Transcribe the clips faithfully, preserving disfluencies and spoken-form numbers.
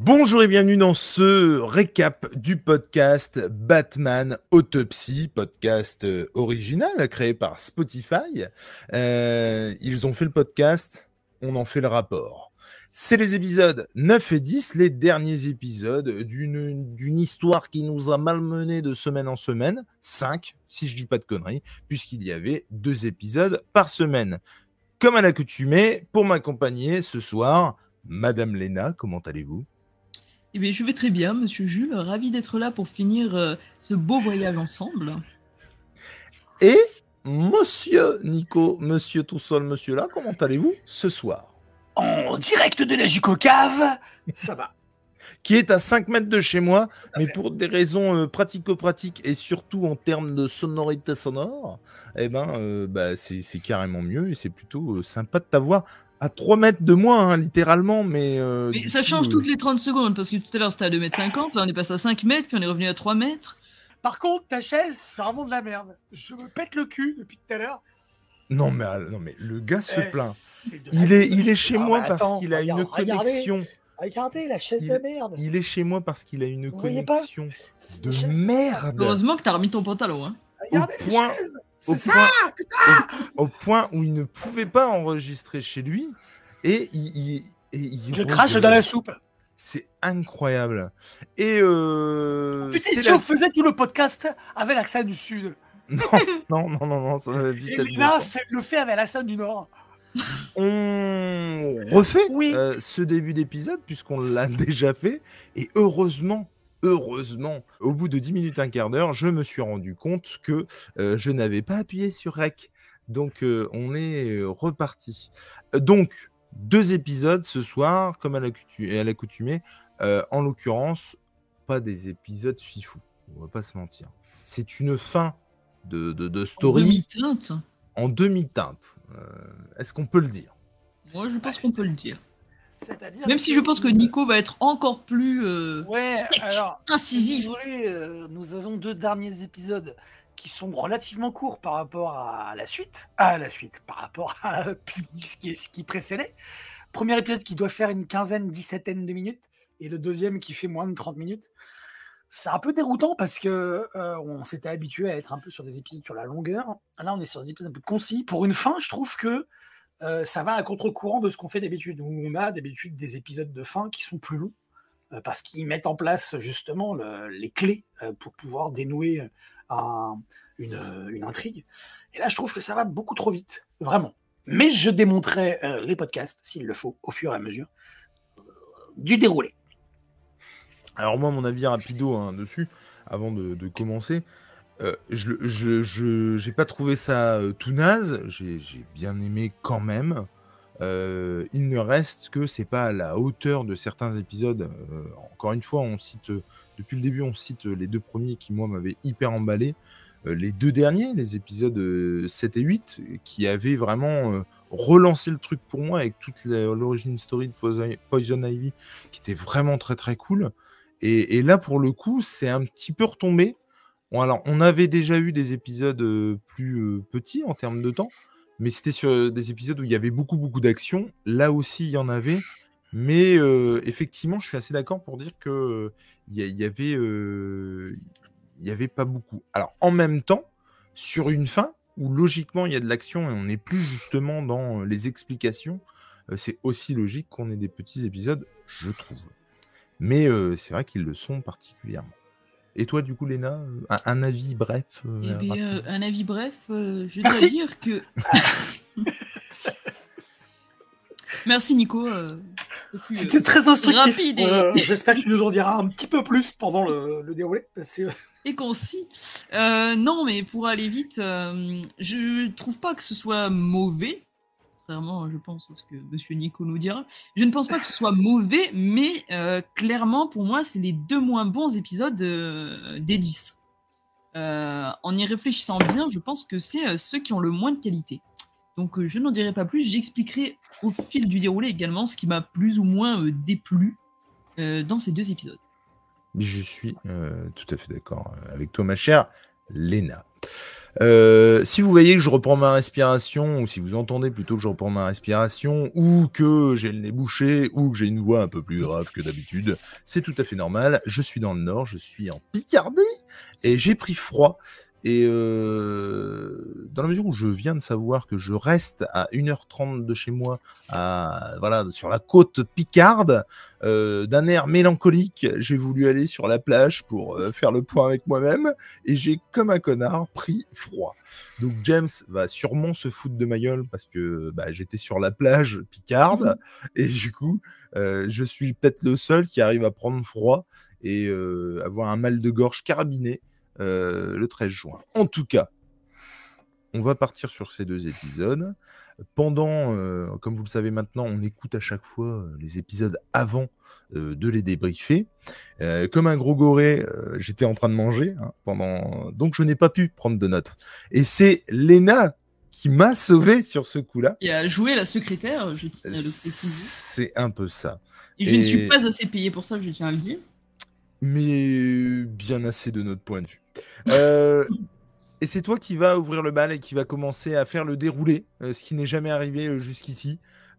Bonjour et bienvenue dans ce récap du podcast Batman Autopsy, podcast euh, original créé par Spotify. Euh, ils ont fait le podcast, on en fait le rapport. C'est les épisodes neuf et dix, les derniers épisodes d'une, d'une histoire qui nous a malmenés de semaine en semaine, cinq si je dis pas de conneries, puisqu'il y avait deux épisodes par semaine. Comme à l'accoutumée, pour m'accompagner ce soir, Madame Léna, comment allez-vous ? Eh bien, je vais très bien, monsieur Jules. Ravi d'être là pour finir euh, ce beau voyage ensemble. Et monsieur Nico, monsieur tout seul, monsieur là, comment allez-vous ce soir ? En direct de la Jucocave, ça va. Qui est à cinq mètres de chez moi, mais pour des raisons euh, pratico-pratiques et surtout en termes de sonorité sonore, eh ben, euh, bah, c'est, c'est carrément mieux et c'est plutôt euh, sympa de t'avoir à trois mètres de moi, hein, littéralement. Mais, euh, Mais du ça coup, change euh, toutes les trente secondes, parce que tout à l'heure c'était à deux mètres cinquante, là on est passé à cinq mètres, puis on est revenu à trois mètres. Par contre, ta chaise, c'est vraiment de la merde. Je me pète le cul depuis tout à l'heure. Non mais, euh, non, mais le gars se Eh, plaint. c'est de Il la est, merde. il est chez Ah, moi bah, parce attends, qu'il a regarde, une regardez. connexion. Regardez la chaise Il, de merde. il est chez moi parce qu'il a une Vous voyez pas ? connexion C'est de une chaise de merde. Heureusement que t'as remis ton pantalon, hein. Regardez Au la point- chaise. Au C'est ça, point, putain. au, au point où il ne pouvait pas enregistrer chez lui et il, il- et il Je regueule. crache dans la soupe. C'est incroyable. Et euh, Putain, c'est si la- on faisait tout le podcast avec l'accent du Sud. non, non, non, non, non, ça va vite Et être Léna bloquant. fait, le fait avec l'accent du Nord. On refait Oui. euh, ce début d'épisode puisqu'on l'a déjà fait et heureusement, heureusement, au bout de dix minutes, un quart d'heure, je me suis rendu compte que euh, je n'avais pas appuyé sur Rec. Donc euh, on est euh, reparti. Euh, Donc deux épisodes ce soir, comme à l'accoutu- à l'accoutumée. Euh, en l'occurrence, pas des épisodes fifou. On va pas se mentir. C'est une fin de, de, de En story demi-teinte. en demi-teinte. Euh, est-ce qu'on peut le dire ? Moi je pense Bah, qu'on peut le dire. C'est-à-dire Même si je pense que Nico va être encore plus euh, Ouais, sec, alors, incisif. si vous voulez, euh, nous avons deux derniers épisodes qui sont relativement courts par rapport à la suite. À la suite, par rapport à ce qui, ce qui précédait. Premier épisode qui doit faire une quinzaine, dix-septaine de minutes, et le deuxième qui fait moins de trente minutes. C'est un peu déroutant parce que euh, on s'était habitué à être un peu sur des épisodes sur la longueur. Là, on est sur des épisodes un peu concis. Pour une fin, je trouve que euh, ça va à contre-courant de ce qu'on fait d'habitude, où on a d'habitude des épisodes de fin qui sont plus longs, euh, parce qu'ils mettent en place justement le, les clés euh, pour pouvoir dénouer un, une, une intrigue. Et là, je trouve que ça va beaucoup trop vite, vraiment. Mais je démonterai euh, les podcasts, s'il le faut, au fur et à mesure euh, du déroulé. Alors moi, mon avis rapido hein, dessus, avant de, de commencer, euh, je je, je, j'ai pas trouvé ça euh, tout naze, j'ai, j'ai bien aimé quand même. Euh, il ne reste que c'est pas à la hauteur de certains épisodes. Euh, encore une fois, on cite euh, depuis le début, on cite euh, les deux premiers qui moi m'avaient hyper emballé. Euh, les deux derniers, les épisodes euh, sept et huit, qui avaient vraiment euh, relancé le truc pour moi avec toute la, l'origine story de Poison, Poison Ivy, qui était vraiment très très cool. Et, et là, pour le coup, c'est un petit peu retombé. Bon, alors, on avait déjà eu des épisodes euh, plus euh, petits en termes de temps, mais c'était sur euh, des épisodes où il y avait beaucoup, beaucoup d'action. Là aussi, il y en avait. Mais euh, effectivement, je suis assez d'accord pour dire que il y, y avait, euh, il y avait pas beaucoup. Alors, en même temps, sur une fin où logiquement il y a de l'action et on n'est plus justement dans les explications, euh, c'est aussi logique qu'on ait des petits épisodes, je trouve. Mais euh, c'est vrai qu'ils le sont particulièrement. Et toi, du coup, Léna, un, un avis bref euh, Eh bien, rapide. euh, un avis bref, euh, je Merci. dois dire que... Merci Nico. euh, depuis, C'était euh, très instructif. rapide et- Euh, J'espère que tu nous en diras un petit peu plus pendant le, le déroulé. Parce que... et concis. Euh, non, mais pour aller vite, euh, je trouve pas que ce soit mauvais. Contrairement, je pense à ce que Monsieur Nico nous dira. Je ne pense pas que ce soit mauvais, mais euh, clairement, pour moi, c'est les deux moins bons épisodes euh, des dix. Euh, en y réfléchissant bien, je pense que c'est euh, ceux qui ont le moins de qualité. Donc, euh, je n'en dirai pas plus. J'expliquerai au fil du déroulé également ce qui m'a plus ou moins euh, déplu euh, dans ces deux épisodes. Mais je suis euh, tout à fait d'accord avec toi, ma chère Léna. Euh, si vous voyez que je reprends ma respiration, ou si vous entendez plutôt que je reprends ma respiration, ou que j'ai le nez bouché, ou que j'ai une voix un peu plus grave que d'habitude, c'est tout à fait normal. Je suis dans le Nord, je suis en Picardie, et j'ai pris froid. Et euh, dans la mesure où je viens de savoir que je reste à une heure trente de chez moi, à, voilà, sur la côte picarde, euh, d'un air mélancolique, j'ai voulu aller sur la plage pour euh, faire le point avec moi-même, et j'ai, comme un connard, pris froid. Donc James va sûrement se foutre de ma gueule, parce que bah, j'étais sur la plage picarde, et du coup, euh, je suis peut-être le seul qui arrive à prendre froid, et euh, avoir un mal de gorge carabiné, Euh, le treize juin. En tout cas, on va partir sur ces deux épisodes. Pendant, euh, comme vous le savez maintenant, on écoute à chaque fois euh, les épisodes avant euh, de les débriefer. Euh, comme un gros goré, euh, j'étais en train de manger, hein, pendant... donc je n'ai pas pu prendre de notes. Et c'est Léna qui m'a sauvé sur ce coup-là. Et à jouer la secrétaire, je tiens à le préciser. C'est un peu ça. Et je Et... ne suis pas assez payé pour ça, je tiens à le dire. Mais bien assez de notre point de vue. Euh... Et c'est toi qui vas ouvrir le bal et qui va commencer à faire le déroulé, euh, ce qui n'est jamais arrivé euh, jusqu'ici.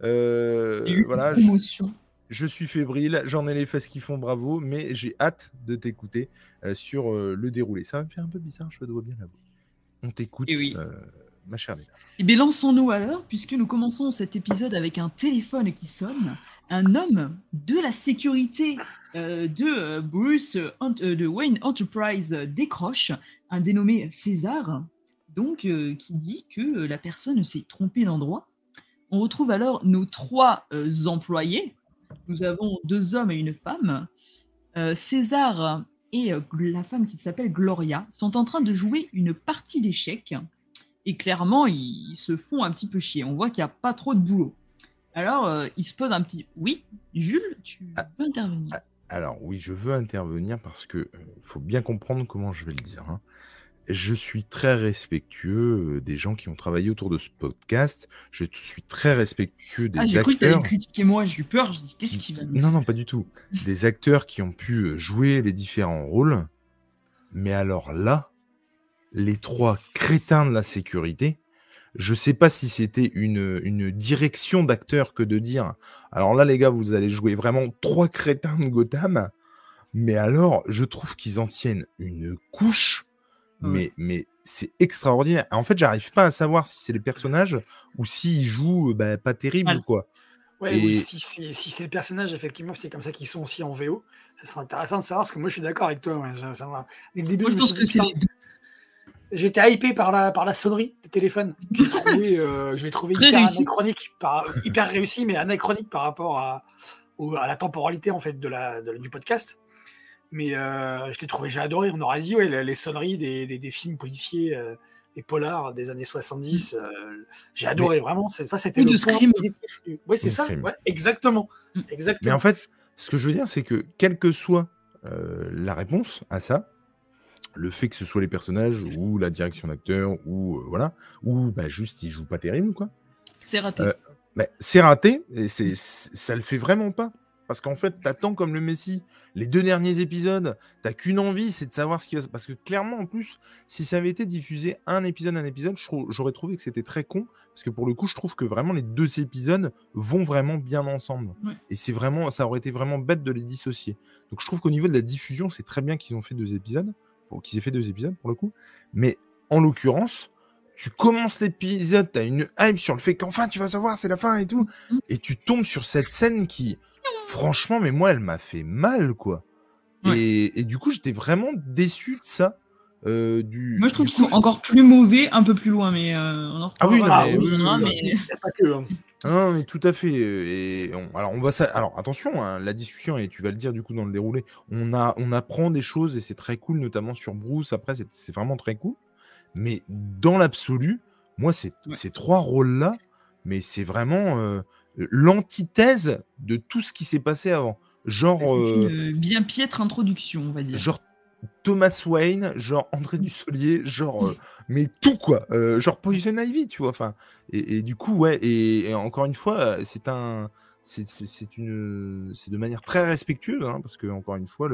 Euh, J'ai eu voilà, une promotion. Je, je suis fébrile, j'en ai les fesses qui font bravo, mais j'ai hâte de t'écouter euh, sur euh, le déroulé. Ça va me faire un peu bizarre, je dois bien l'avouer. On t'écoute, Et oui. euh, ma chère Léna. Eh bien, lançons-nous alors, puisque nous commençons cet épisode avec un téléphone qui sonne. Un homme de la sécurité euh, de euh, Bruce euh, de Wayne Enterprise décroche, un dénommé César, donc euh, qui dit que euh, la personne s'est trompée d'endroit. On retrouve alors nos trois euh, employés. Nous avons deux hommes et une femme. Euh, César et euh, la femme qui s'appelle Gloria sont en train de jouer une partie d'échecs. Et clairement, ils se font un petit peu chier. On voit qu'il n'y a pas trop de boulot. Alors, euh, il se pose un petit... Oui, Jules, tu Ah, veux intervenir? ah, Alors, oui, je veux intervenir parce que il euh, faut bien comprendre comment je vais le dire. Hein. Je suis très respectueux des gens qui ont travaillé autour de ce podcast. Je suis très respectueux des ah, j'ai acteurs. cru que tu allais critiquer moi, j'ai eu peur. Je dis, qu'est-ce qu'il va me dire? Non, non, pas du tout. Des acteurs qui ont pu jouer les différents rôles. Mais alors là, les trois crétins de la sécurité, je sais pas si c'était une, une direction d'acteurs que de dire alors là, les gars, vous allez jouer vraiment trois crétins de Gotham. Mais alors, je trouve qu'ils en tiennent une couche. Mais, Ouais. mais c'est extraordinaire. En fait, j'arrive pas à savoir si c'est les personnages ou s'ils jouent bah, pas terrible, Mal. quoi. Ouais, Et oui, si c'est si c'est le personnage, effectivement, c'est comme ça qu'ils sont aussi en V O. Ça serait intéressant de savoir, parce que moi, je suis d'accord avec toi. Ouais, ça, ça va. Dès le début, Moi, je je me pense suis que dit, c'est putain, les deux. j'étais hypé par la, par la sonnerie de téléphone. que J'ai trouvé, euh, je l'ai trouvé Très hyper réussi. anachronique, par, hyper réussi, mais anachronique par rapport à, au- à la temporalité en fait de la, de- du podcast. Mais euh, je l'ai trouvé, j'ai adoré. On aurait dit, ouais, les, les sonneries des, des, des films policiers, euh, des polars des années soixante-dix. euh, j'ai adoré, vraiment. c'est- Ça, c'était Ou le de point Scream. positif. du- Ouais, c'est Ou ça. Scream. Ouais, exactement. Mm. Mais en Exactement. fait, ce que je veux dire, c'est que quelle que soit euh, la réponse à ça, le fait que ce soit les personnages ou la direction d'acteur ou euh, voilà, ou bah, juste ils jouent pas terrible, quoi. C'est raté. Euh, bah, c'est raté et c'est, c'est- ça le fait vraiment pas. Parce qu'en fait, t'attends comme le Messi. Les deux derniers épisodes, t'as qu'une envie, c'est de savoir ce qui va se... Parce que clairement, en plus, si ça avait été diffusé un épisode, un épisode, je trou- j'aurais trouvé que c'était très con. Parce que pour le coup, je trouve que vraiment les deux épisodes vont vraiment bien ensemble. Ouais. Et c'est vraiment, ça aurait été vraiment bête de les dissocier. Donc je trouve qu'au niveau de la diffusion, c'est très bien qu'ils ont fait deux épisodes. Pour... Qu'ils aient fait deux épisodes, pour le coup. Mais en l'occurrence, tu commences l'épisode, t'as une hype sur le fait qu'enfin tu vas savoir, c'est la fin et tout. Mm. Et tu tombes sur cette scène qui... Franchement, mais moi, elle m'a fait mal, quoi. Ouais. Et, et du coup, j'étais vraiment déçu de ça. Euh, du, Moi, je trouve du qu'ils coup, sont encore plus mauvais un peu plus loin, mais euh, on en Ah oui, reparlera. non, mais on oui, reviendra, oui, mais- Il n'y a pas que. hein. Non, mais tout à fait. Et on, alors, on va ça. Alors, attention, hein, la discussion, et tu vas le dire du coup dans le déroulé, on, a, on apprend des choses et c'est très cool, notamment sur Bruce. Après, c'est, c'est vraiment très cool. Mais dans l'absolu, moi, c'est, Ouais. ces trois rôles-là, mais c'est vraiment euh, l'antithèse de tout ce qui s'est passé avant. Genre, C'est euh, une euh, bien piètre introduction, on va dire. genre Thomas Wayne, genre André Dussolier, genre euh, mais tout quoi, euh, genre Poison Ivy, tu vois. Enfin, et, et du coup ouais, et, et encore une fois, euh, c'est un, c'est, c'est, c'est une, c'est de manière très respectueuse, hein, parce que encore une fois le,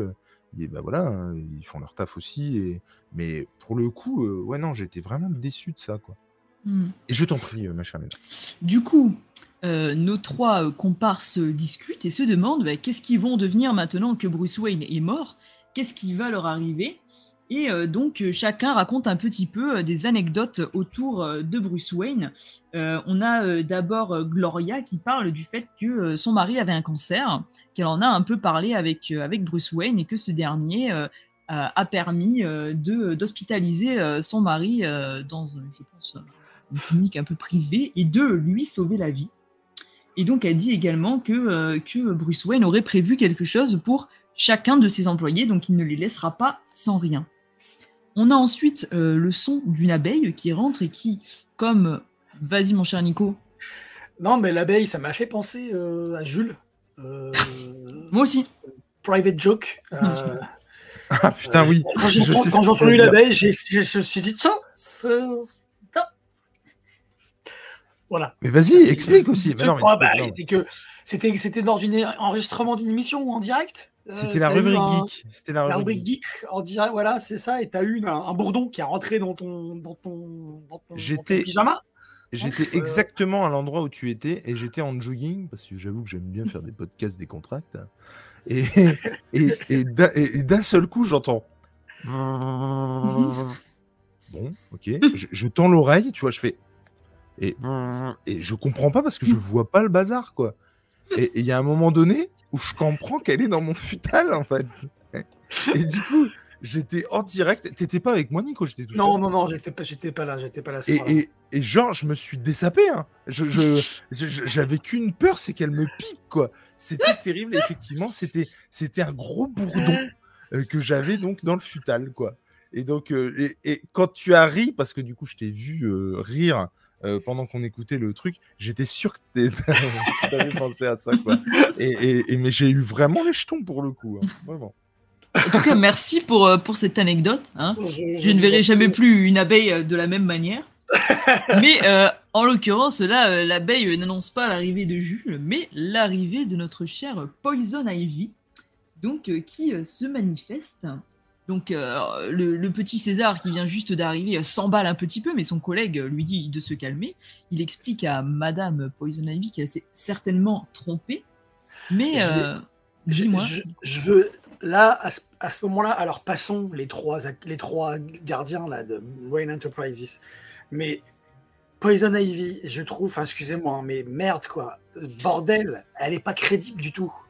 et bah voilà, hein, ils font leur taf aussi. Et... Mais pour le coup, euh, ouais, non, j'étais vraiment déçu de ça, quoi. Hmm. Et je t'en prie, euh, ma chère Léna. Du coup, euh, nos trois euh, comparses discutent et se demandent bah, qu'est-ce qu'ils vont devenir maintenant que Bruce Wayne est mort, qu'est-ce qui va leur arriver. Et euh, donc, euh, chacun raconte un petit peu euh, des anecdotes autour euh, de Bruce Wayne. Euh, on a euh, d'abord euh, Gloria qui parle du fait que euh, son mari avait un cancer, qu'elle en a un peu parlé avec, euh, avec Bruce Wayne et que ce dernier euh, a, a permis euh, de, d'hospitaliser euh, son mari euh, dans, je pense, une clinique un peu privée et de lui sauver la vie. Et donc, elle dit également que, euh, que Bruce Wayne aurait prévu quelque chose pour chacun de ses employés, donc il ne les laissera pas sans rien. On a ensuite euh, le son d'une abeille qui rentre et qui, comme... Vas-y, mon cher Nico. Non, mais l'abeille, ça m'a fait penser euh, à Jules. Euh, Moi aussi. Private joke. Euh, Ah putain, euh, oui. Quand j'ai Je sais ce quand que j'ai tu vas entendu dire. l'abeille, j'ai- j'ai- je me suis dit, tiens, c'est- ah. Voilà. Mais vas-y, C'est- explique aussi. Mais non, mais Ah, tu peux- bah, non. c'est que c'était c'était lors d'un enregistrement d'une émission en direct. Euh, C'était la t'as eu rubrique un- geek. C'était la La rubrique rubrique geek. geek en direct, voilà, c'est ça, et t'as eu un, un bourdon qui a rentré dans ton, dans ton, dans ton, dans ton J'étais pyjama. j'étais Euh, exactement à l'endroit où tu étais et j'étais en jogging parce que j'avoue que j'aime bien faire des podcasts décontracts. Et, et, et, d'un, et- et d'un seul coup, j'entends. Bon, ok. Je, je tends l'oreille, tu vois, je fais. Et, et je comprends pas parce que je vois pas le bazar, quoi. Et il y a un moment donné où je comprends qu'elle est dans mon futal, en fait. Et du coup, j'étais en direct. T'étais pas avec moi, Nico, j'étais tout Non, seul. non, non, j'étais pas, j'étais pas là, j'étais pas là. ce Et, soir-là. et, et genre, je me suis dessapé. Hein. Je, je, je- je- j'avais qu'une peur, c'est qu'elle me pique, quoi. C'était terrible. Et effectivement, c'était, c'était un gros bourdon euh, que j'avais donc dans le futal, quoi. Et donc, euh, et, et quand tu as ri, parce que du coup, je t'ai vu euh, rire euh, pendant qu'on écoutait le truc, j'étais sûr que t'es- que t'avais pensé à ça, quoi. Et, et, et- mais j'ai eu vraiment les jetons pour le coup, hein. Vraiment. En tout cas, merci pour, euh, pour cette anecdote. Hein. Je, Je ne verrai jamais plus une abeille euh, de la même manière. Mais euh, en l'occurrence, là, euh, l'abeille euh, n'annonce pas l'arrivée de Jules, mais l'arrivée de notre cher Poison Ivy, donc euh, qui euh, se manifeste. Donc euh, le, le petit César qui vient juste d'arriver euh, s'emballe un petit peu, mais son collègue euh, lui dit de se calmer. Il explique à Madame Poison Ivy qu'elle s'est certainement trompée, mais J'ai- euh, je, dis-moi. je- je veux, là, à ce, à ce moment-là, alors passons les trois, ac- les trois gardiens là, de Wayne Enterprises. Mais Poison Ivy, je trouve, enfin, excusez-moi, hein, mais merde, quoi. Euh, Bordel, elle est pas crédible du tout.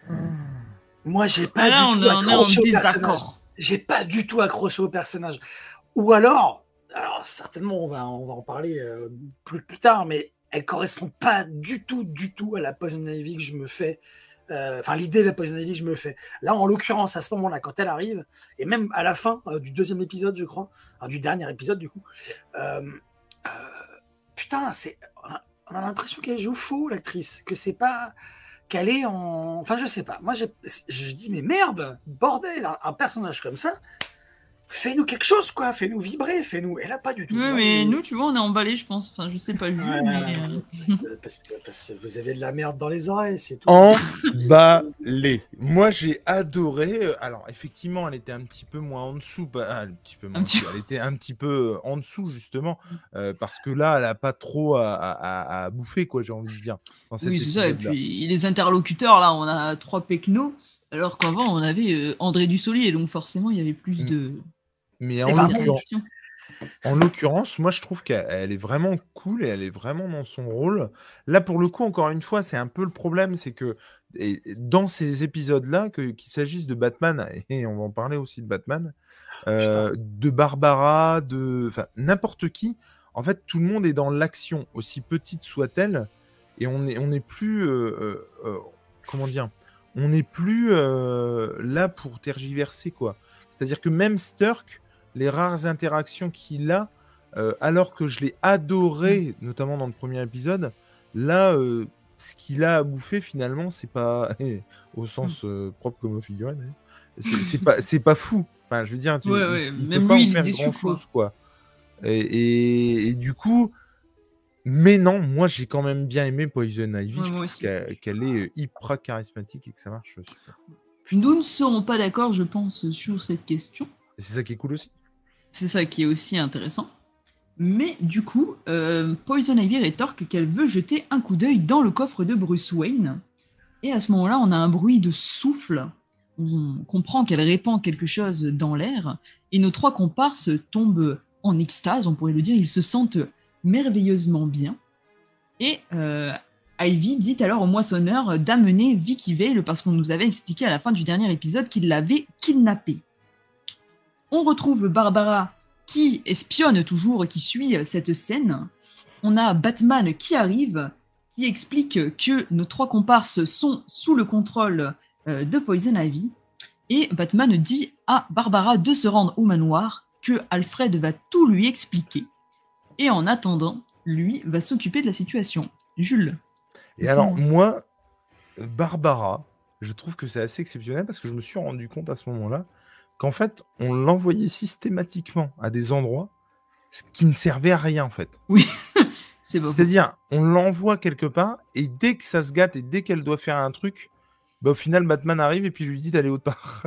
Moi, j'ai pas Là, on du est, tout on est en accroché au personnage. désaccord. J'ai pas du tout accroché au personnage. Ou alors, alors certainement, on va, on va en parler euh, plus, plus tard, mais elle correspond pas du tout, du tout à la Poison Ivy que je me fais. euh, Enfin, l'idée de la Poison Ivy que je me fais. Là, en l'occurrence, à ce moment-là, quand elle arrive, et même à la fin euh, du deuxième épisode, je crois, enfin, du dernier épisode, du coup, euh, euh, putain, c'est, on a, on a l'impression qu'elle joue faux, l'actrice, que c'est pas qu'elle est en... Enfin, je sais pas. Moi, j'ai- je dis, mais merde, bordel, un, un personnage comme ça, fais-nous quelque chose, quoi. Fais-nous vibrer, fais-nous... Elle a pas du tout. Oui, Moi, mais je- nous, tu vois, on est emballés, je pense. Enfin, je sais pas, Jules, Ouais, mais. euh, parce, que, parce que- parce que vous avez de la merde dans les oreilles, c'est tout. Emballé. Moi, j'ai adoré. euh, Alors, effectivement, elle était un petit peu moins en dessous. pas- ah, un petit peu moins Un en petit dessous. Elle était un petit peu euh, en dessous, justement, euh, parce que là, elle a pas trop à, à- à- à bouffer, quoi, j'ai envie de dire, dans cet Oui, c'est ça. Et épisode-là. puis, les interlocuteurs, là, on a trois pecnos, alors qu'avant, on avait euh, André Dussolier, donc forcément, il y avait plus Mm. de. Mais Et en par l'occurrence, d'action. en l'occurrence, moi, je trouve qu'elle elle est vraiment cool et elle est vraiment dans son rôle. Là, pour le coup, encore une fois, c'est un peu le problème, c'est que et- et dans ces épisodes-là, que- qu'il s'agisse de Batman, et on va en parler aussi de Batman, euh, de Barbara, de enfin, n'importe qui, en fait, tout le monde est dans l'action, aussi petite soit-elle, et on est, on est plus, euh, euh, euh, comment dire, on n'est plus euh, là pour tergiverser, quoi. C'est-à-dire que même Sturk, les rares interactions qu'il a, euh, alors que je l'ai adoré, notamment dans le premier épisode, là, euh, ce qu'il a à bouffer, finalement, c'est pas, au sens euh, propre comme au figuré, d'ailleurs, c'est c'est pas, c'est pas fou. Enfin, je veux dire, tu, Ouais, il, ouais, il peut même pas lui, en il est faire déçu, grand-chose, quoi. Et, et- et du coup, mais non, moi, j'ai quand même bien aimé Poison Ivy. Ouais, Je moi trouve aussi. qu'elle qu'elle est hyper charismatique et que ça marche super. Nous ne serons pas d'accord, je pense, sur cette question. Et c'est ça qui est cool aussi. C'est ça qui est aussi intéressant. Mais du coup, euh, Poison Ivy rétorque qu'elle veut jeter un coup d'œil dans le coffre de Bruce Wayne. Et à ce moment-là, on a un bruit de souffle. On comprend qu'elle répand quelque chose dans l'air. Et nos trois comparses tombent en extase, on pourrait le dire. Ils se sentent merveilleusement bien. Et euh, Ivy dit alors au moissonneur d'amener Vicky Vale parce qu'on nous avait expliqué à la fin du dernier épisode qu'il l'avait kidnappée. On retrouve Barbara qui espionne toujours, qui suit cette scène. On a Batman qui arrive, qui explique que nos trois comparses sont sous le contrôle euh, de Poison Ivy. Et Batman dit à Barbara de se rendre au manoir, que Alfred va tout lui expliquer. Et en attendant, lui va s'occuper de la situation. Jules. Et alors, moi, Barbara, je trouve que c'est assez exceptionnel parce que je me suis rendu compte à ce moment-là qu'en fait, on l'envoyait systématiquement à des endroits ce qui ne servait à rien, en fait. Oui, c'est beau. C'est-à-dire, on l'envoie quelque part, et dès que ça se gâte, et dès qu'elle doit faire un truc, bah, au final, Batman arrive et puis lui dit d'aller autre part.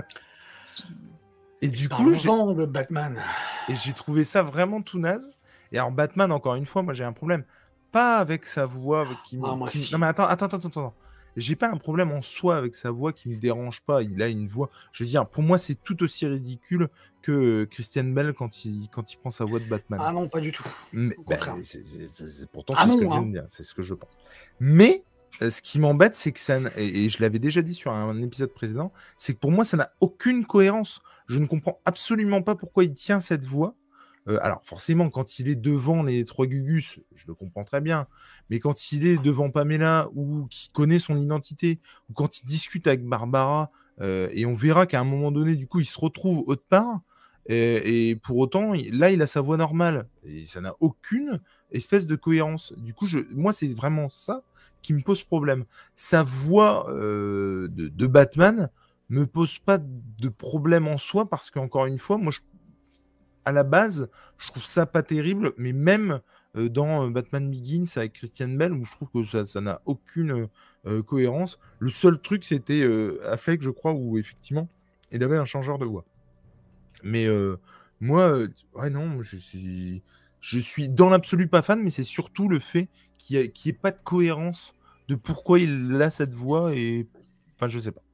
Et du coup, j'ai... de Batman. Et j'ai trouvé ça vraiment tout naze. Et alors, Batman, encore une fois, moi, j'ai un problème. Pas avec sa voix qui me... Ah, moi qui... si. Non, mais attends, attends, attends, attends. J'ai pas un problème en soi avec sa voix qui me dérange pas. Il a une voix... Je veux dire, pour moi, c'est tout aussi ridicule que Christian Bale quand il, quand il prend sa voix de Batman. Ah non, pas du tout. Mais, Au bah, contraire. c'est, c'est, c'est, c'est, pourtant, Ah c'est non, ce que je viens hein. de dire. C'est ce que je pense. Mais... Euh, ce qui m'embête, c'est que ça, n- et, et je l'avais déjà dit sur un, un épisode précédent, c'est que pour moi, ça n'a aucune cohérence. Je ne comprends absolument pas pourquoi il tient cette voix. Euh, alors, forcément, quand il est devant les trois Gugus, je le comprends très bien. Mais quand il est devant Pamela ou qu'il connaît son identité, ou quand il discute avec Barbara, euh, et on verra qu'à un moment donné, du coup, il se retrouve autre part. Et, et pour autant, il- là, il a sa voix normale. Et ça n'a aucune espèce de cohérence. Du coup, je, moi, c'est vraiment ça qui me pose problème. Sa voix euh, de, de Batman me pose pas de problème en soi parce qu'encore une fois, moi, je, à la base, je trouve ça pas terrible, mais même euh, dans euh, Batman Begins avec Christian Bale, où je trouve que ça, ça n'a aucune euh, cohérence. Le seul truc, c'était euh, Affleck, je crois, où effectivement, il avait un changeur de voix. Mais euh, moi, euh, ouais, non, je suis, je suis dans l'absolu pas fan, mais c'est surtout le fait qu'il n'y ait, qu'il y ait pas de cohérence de pourquoi il a cette voix et. Enfin, je sais pas.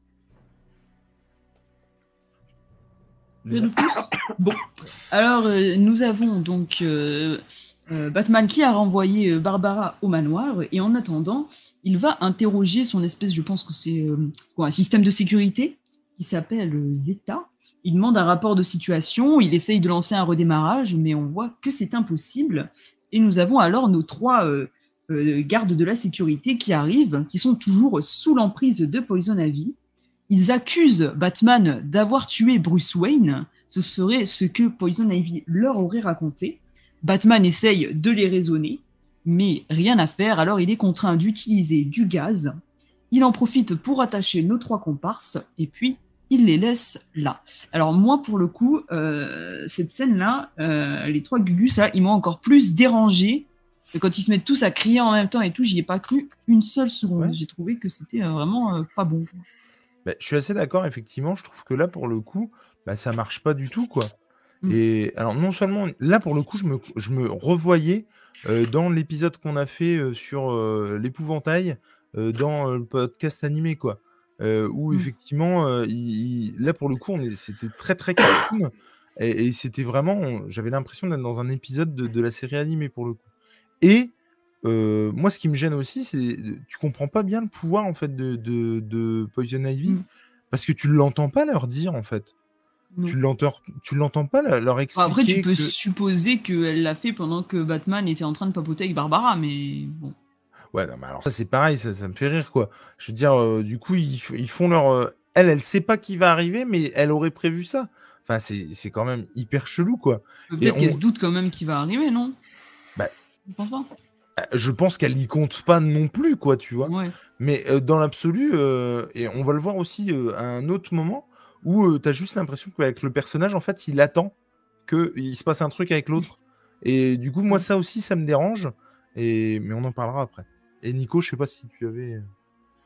Rien de plus. Bon, alors euh, nous avons donc euh, euh, Batman qui a renvoyé euh, Barbara au manoir et en attendant, il va interroger son espèce, je pense que c'est euh, quoi, un système de sécurité qui s'appelle euh, Zeta. Il demande un rapport de situation, il essaye de lancer un redémarrage, mais on voit que c'est impossible. Et nous avons alors nos trois euh, euh, gardes de la sécurité qui arrivent, qui sont toujours sous l'emprise de Poison Ivy. Ils accusent Batman d'avoir tué Bruce Wayne. Ce serait ce que Poison Ivy leur aurait raconté. Batman essaye de les raisonner, mais rien à faire, alors il est contraint d'utiliser du gaz. Il en profite pour attacher nos trois comparses, et puis il les laisse là. Alors moi, pour le coup, euh, cette scène-là, euh, les trois Gugus, là, ils m'ont encore plus dérangé. Quand ils se mettent tous à crier en même temps et tout, j'y ai pas cru une seule seconde. Ouais. J'ai trouvé que c'était euh, vraiment euh, pas bon. Bah, je suis assez d'accord, effectivement. Je trouve que là, pour le coup, bah, ça marche pas du tout, quoi. Mm. Et alors, non seulement, là, pour le coup, je me, je me revoyais euh, dans l'épisode qu'on a fait euh, sur euh, l'épouvantail, euh, dans euh, le podcast animé, quoi. Euh, où Mm. effectivement, euh, il- il- là, pour le coup, on est, c'était très, très cartoon. Et, et c'était vraiment, on- j'avais l'impression d'être dans un épisode de, de la série animée, pour le coup. Et euh, moi, ce qui me gêne aussi, c'est tu comprends pas bien le pouvoir en fait de, de, de Poison Ivy Mm. parce que tu l'entends pas leur dire en fait. Non. Tu l'entends, tu l'entends pas leur leur Enfin, expliquer. après, tu peux que... supposer qu'elle l'a fait pendant que Batman était en train de papoter avec Barbara, mais bon. Ouais, non, mais alors ça c'est pareil, ça, ça me fait rire quoi. Je veux dire, euh, du coup ils, f- ils font leur. euh, Elle, elle sait pas qui va arriver, mais elle aurait prévu ça. Enfin, c'est c'est quand même hyper chelou quoi. Et Peut-être on- qu'elle se doute quand même qu'il va arriver, non? Bah, Je pense pas. euh, je pense qu'elle y compte pas non plus quoi, tu vois. Ouais. Mais euh, dans l'absolu, euh, et on va le voir aussi euh, à un autre moment, où tu as juste l'impression qu'avec le personnage, en fait, il attend qu'il se passe un truc avec l'autre. Et du coup, moi, ça aussi, ça me dérange. Et... Mais on en parlera après. Et Nico, je sais pas si tu avais...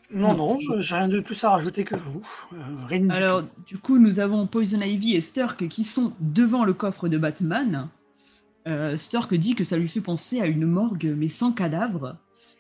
Non, Non. non, je- j'ai rien de plus à rajouter que vous. Euh, rien du Alors, tout. du coup, nous avons Poison Ivy et Stark qui sont devant le coffre de Batman. Euh, Stark dit que ça lui fait penser à une morgue, mais sans cadavre.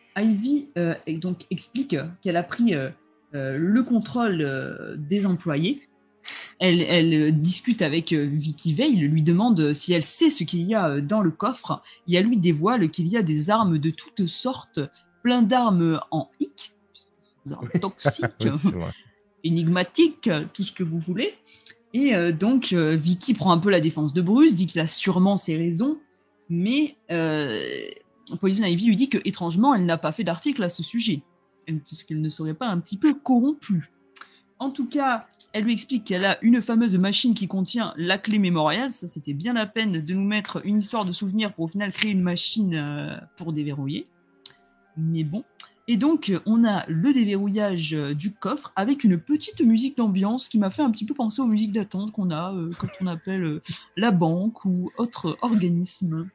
Ivy euh, et donc explique qu'elle a pris euh, euh, le contrôle euh, des employés. Elle, elle euh, discute avec euh, Vicky Vale, lui demande si elle sait ce qu'il y a euh, dans le coffre, et elle lui dévoile qu'il y a des armes de toutes sortes, plein d'armes en hic, des armes toxiques, Oui, c'est vrai. énigmatiques, tout ce que vous voulez. Et euh, donc, euh, Vicky prend un peu la défense de Bruce, dit qu'il a sûrement ses raisons, mais euh, Poison Ivy lui dit que, étrangement, elle n'a pas fait d'article à ce sujet. Est-ce qu'elle ne serait pas un petit peu corrompue? En tout cas, elle lui explique qu'elle a une fameuse machine qui contient la clé mémoriale. Ça, c'était bien la peine de nous mettre une histoire de souvenir pour au final créer une machine euh, pour déverrouiller. Mais bon. Et donc, on a le déverrouillage euh, du coffre avec une petite musique d'ambiance qui m'a fait un petit peu penser aux musiques d'attente qu'on a euh, quand on appelle euh, la banque ou autre organisme.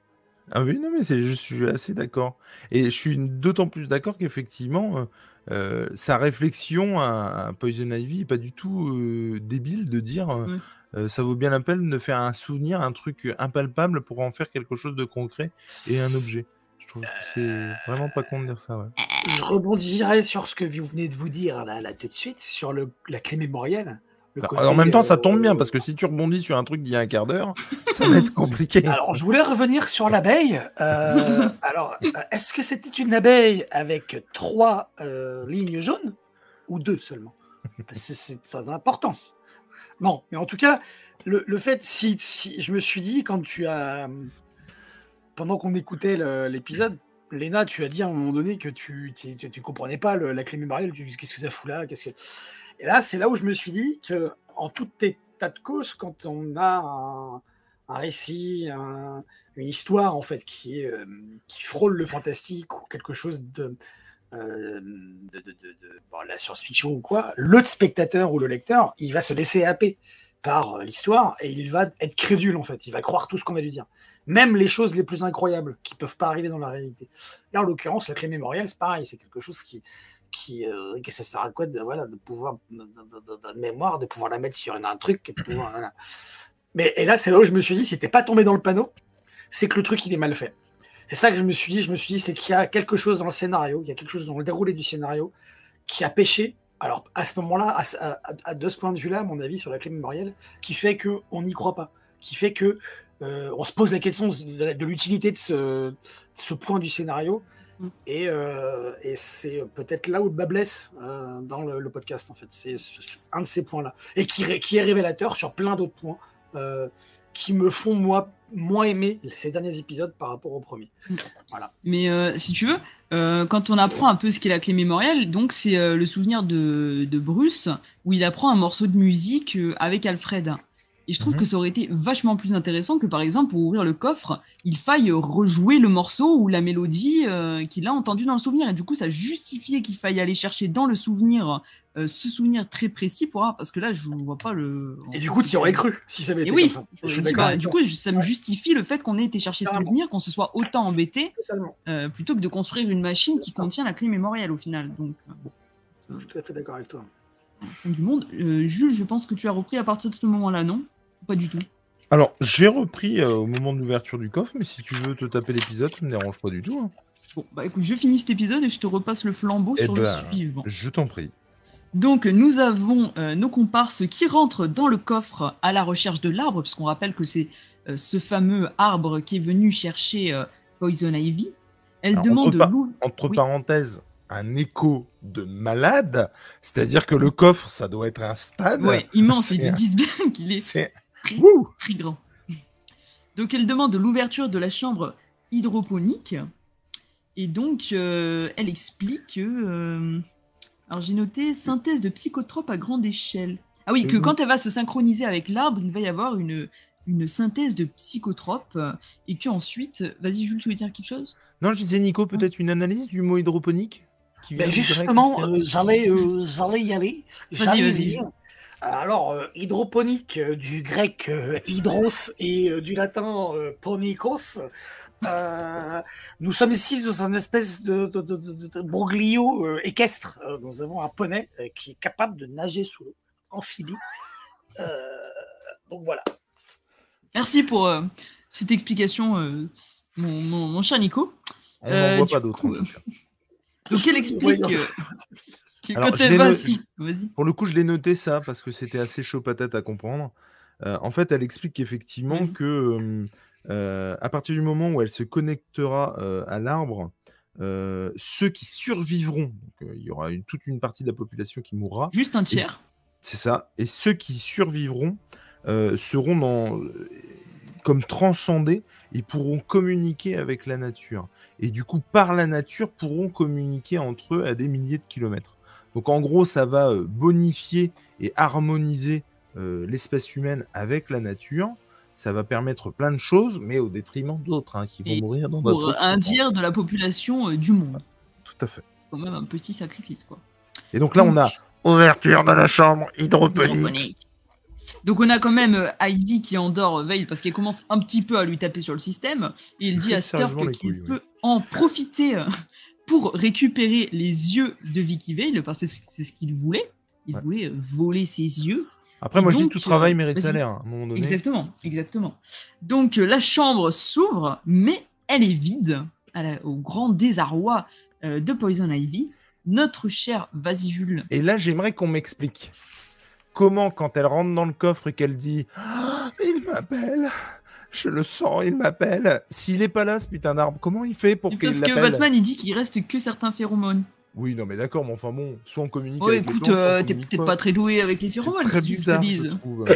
Ah oui, non, mais c'est, je suis assez d'accord. Et je suis d'autant plus d'accord qu'effectivement, euh, euh, sa réflexion à, à Poison Ivy n'est pas du tout euh, débile de dire euh, Ouais. euh, ça vaut bien la peine de faire un souvenir, un truc impalpable pour en faire quelque chose de concret et un objet. Je trouve que c'est vraiment pas con de dire ça, ouais. Je rebondirai sur ce que vous venez de vous dire là, là tout de suite, sur le, la clé mémorielle. Le Bah, côté, en même temps, ça tombe euh, bien, parce que si tu rebondis sur un truc d'il y a un quart d'heure, ça va être compliqué. Alors, je voulais revenir sur l'abeille. Euh, alors, euh, est-ce que c'était une abeille avec trois euh, lignes jaunes ou deux seulement? Parce que c'est ça a de l'importance. Non, mais en tout cas, le, le fait, si, si je me suis dit, quand tu as. Pendant qu'on écoutait le- l'épisode, Léna, tu as dit à un moment donné que tu tu, tu- tu comprenais pas le- la clé mémorielle, tu dis, qu'est-ce que ça fout là, qu'est-ce que... Et là, c'est là où je me suis dit que, en tout état de cause, quand on a un, un récit, un- une histoire en fait qui est euh, qui frôle le fantastique ou quelque chose de euh, de, de- de- de- bon, la science-fiction ou quoi, le spectateur ou le lecteur, il va se laisser happer par euh, l'histoire et il va être crédule en fait. Il va croire tout ce qu'on va lui dire, même les choses les plus incroyables qui peuvent pas arriver dans la réalité. Là, en l'occurrence, la clé mémorielle, c'est pareil, c'est quelque chose qui qui euh, que ça sert à quoi de voilà de pouvoir de, de- de- de mémoire, de pouvoir la mettre sur un, un truc, et de pouvoir, voilà. Mais et là, c'est là où je me suis dit, si t'es pas tombé dans le panneau, c'est que le truc il est mal fait. C'est ça que je me suis dit. Je me suis dit, c'est qu'il y a quelque chose dans le scénario, il y a quelque chose dans le déroulé du scénario qui a pêché. Alors à ce moment-là, à, à, à, de ce point de vue-là, à mon avis, sur la clé mémorielle, qui fait que on n'y croit pas, qui fait que euh, on se pose la question de, de l'utilité de ce, de ce point du scénario. Mm. Et, euh, et c'est peut-être là où le bas blesse euh, dans le, le podcast, en fait. C'est un de ces points-là. Et qui, qui est révélateur sur plein d'autres points euh, qui me font, moi, moins aimer ces derniers épisodes par rapport au premier. Voilà. Mais euh, si tu veux, euh, quand on apprend un peu ce qu'est la clé mémorielle, donc c'est euh, le souvenir de, de Bruce, où il apprend un morceau de musique euh, avec Alfred. Et je trouve Mhm. que ça aurait été vachement plus intéressant que, par exemple, pour ouvrir le coffre, il faille rejouer le morceau ou la mélodie euh, qu'il a entendu dans le souvenir. Et du coup, ça justifiait qu'il faille aller chercher dans le souvenir euh, ce souvenir très précis pour avoir... Parce que là, je vois pas le... Et du coup, tu y aurais cru si ça avait Et été oui, comme ça. je Je suis dis, d'accord bah, avec du toi. coup, ça me justifie le fait qu'on ait été chercher ce Carrément. souvenir, qu'on se soit autant embêté, Totalement. euh, plutôt que de construire une machine qui contient la clé mémorielle au final. Donc, euh, bon, Je suis tout à fait d'accord avec toi. fin du monde. Euh, Jules, je pense que tu as repris à partir de ce moment-là, non? Pas du tout. Alors, j'ai repris euh, au moment de l'ouverture du coffre, mais si tu veux te taper l'épisode, ça me dérange pas du tout. Hein. Bon, bah écoute, je finis cet épisode et je te repasse le flambeau Eh sur ben, le suivant. je t'en prie. Donc, nous avons euh, nos comparses qui rentrent dans le coffre à la recherche de l'arbre, parce qu'on rappelle que c'est euh, ce fameux arbre qui est venu chercher euh, Poison Ivy. Elle Alors, demande entre, pa- l'ouvre. entre Oui. parenthèses, un écho de malade, c'est-à-dire que le coffre, ça doit être un stade. Ouais, immense, C'est ils le un- disent bien qu'il est C'est très, Wouh très grand. Donc, elle demande l'ouverture de la chambre hydroponique. Et donc, euh, elle explique que... euh, Alors, j'ai noté synthèse de psychotropes à grande échelle. Ah oui, que Mhm. quand elle va se synchroniser avec l'arbre, il va y avoir une, une synthèse de psychotropes. euh, Et qu'ensuite... Vas-y, Jules, tu veux dire quelque chose? Non, je disais, Nico, peut-être une analyse du mot hydroponique qui Ben vient du grec, justement, qui a- euh, j'allais euh, j'allais y aller. Vas-y, J'allais y vas-y. venir. Alors, euh, hydroponique, euh, du grec euh, hydros et euh, du latin euh, ponikos, Euh, nous sommes ici dans un espèce de, de, de, de, de broglio euh, équestre. Euh, nous avons un poney euh, qui est capable de nager sous l'eau, amphibie. Euh, donc voilà. Merci pour euh, cette explication, euh, mon, mon, mon cher Nico. On n'en Euh, voit du pas d'autres, en coup, tout cas. Donc elle explique Oui, euh, que Alors, quand je elle l'ai va... no- si- je- Vas-y. Pour le coup, je l'ai noté ça parce que c'était assez chaud patate à comprendre. Euh, en fait, elle explique qu'effectivement Vas-y. que euh, euh, à partir du moment où elle se connectera euh, à l'arbre, euh, ceux qui survivront, donc, euh, il y aura une, toute une partie de la population qui mourra, Juste un et tiers. c'est ça, et ceux qui survivront euh, seront dans, euh, comme transcendés et pourront communiquer avec la nature. Et du coup, par la nature, pourront communiquer entre eux à des milliers de kilomètres. Donc en gros, ça va euh, bonifier et harmoniser euh, l'espèce humaine avec la nature. Ça va permettre plein de choses, mais au détriment d'autres hein, qui vont Et mourir dans pour notre un temps. tiers de la population euh, du monde. Tout à fait. Quand même un petit sacrifice, quoi. Et donc là, Donc, on a ouverture de la chambre hydroponique. hydroponique. Donc on a quand même euh, Ivy qui endort euh, Veil parce qu'elle commence un petit peu à lui taper sur le système. Et il dit Très à sérieusement Stark les qu'il couilles, oui. peut en profiter euh, pour récupérer les yeux de Vicky Vale parce que c'est ce qu'il voulait. Il Ouais. voulait euh, voler ses yeux. Après, Et moi, je dis donc, tout travail euh, mérite vas-y. salaire hein, à un moment donné. Exactement, exactement. Donc euh, la chambre s'ouvre, mais elle est vide, à la- au grand désarroi euh, de Poison Ivy. Notre cher Vas-y Jules. Et là, j'aimerais qu'on m'explique comment, quand elle rentre dans le coffre et qu'elle dit ah, il m'appelle, je le sens, il m'appelle. S'il est pas là, ce putain d'arbre, comment il fait pour qu'il Parce que l'appelle? Batman il dit qu'il reste que certains phéromones. Oui, non, mais d'accord, mais enfin bon, soit on communique Oh avec écoute, les plantes, soit on euh, t'es communique peut-être pas très doué avec les C'est phéromones. très si je te bizarre, dise. je trouve.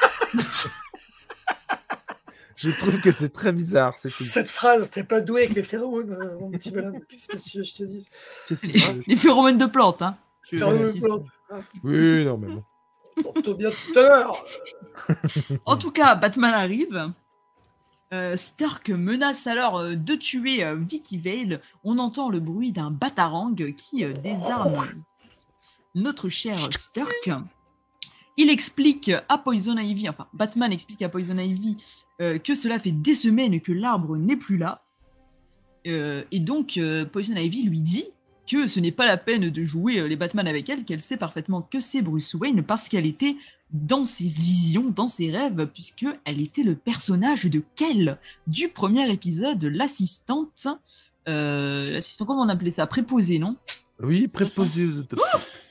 Je trouve que c'est très bizarre. C'est tout. Cette phrase, t'es pas doué avec les phéromones, euh, mon petit bonhomme. Qu'est-ce que tu veux que je te dise? Qu'est-ce que Les, tu veux les phéromones de plantes, hein. Je- Phéromones je- de plantes. Oui, non, mais bon. Tantôt bien tout à l'heure. En tout cas, Batman arrive. Euh, Stark menace alors euh, de tuer euh, Vicky Vale. On entend le bruit d'un batarang qui euh, désarme notre cher Stark. Il explique à Poison Ivy, enfin Batman explique à Poison Ivy euh, que cela fait des semaines que l'arbre n'est plus là. Euh, et donc euh, Poison Ivy lui dit que ce n'est pas la peine de jouer euh, les Batman avec elle, qu'elle sait parfaitement que c'est Bruce Wayne parce qu'elle était dans ses visions, dans ses rêves, puisque elle était le personnage de Kel du premier épisode, l'assistante, euh, l'assistante, comment on appelait ça, préposée, non? Oui, préposé aux autopsies.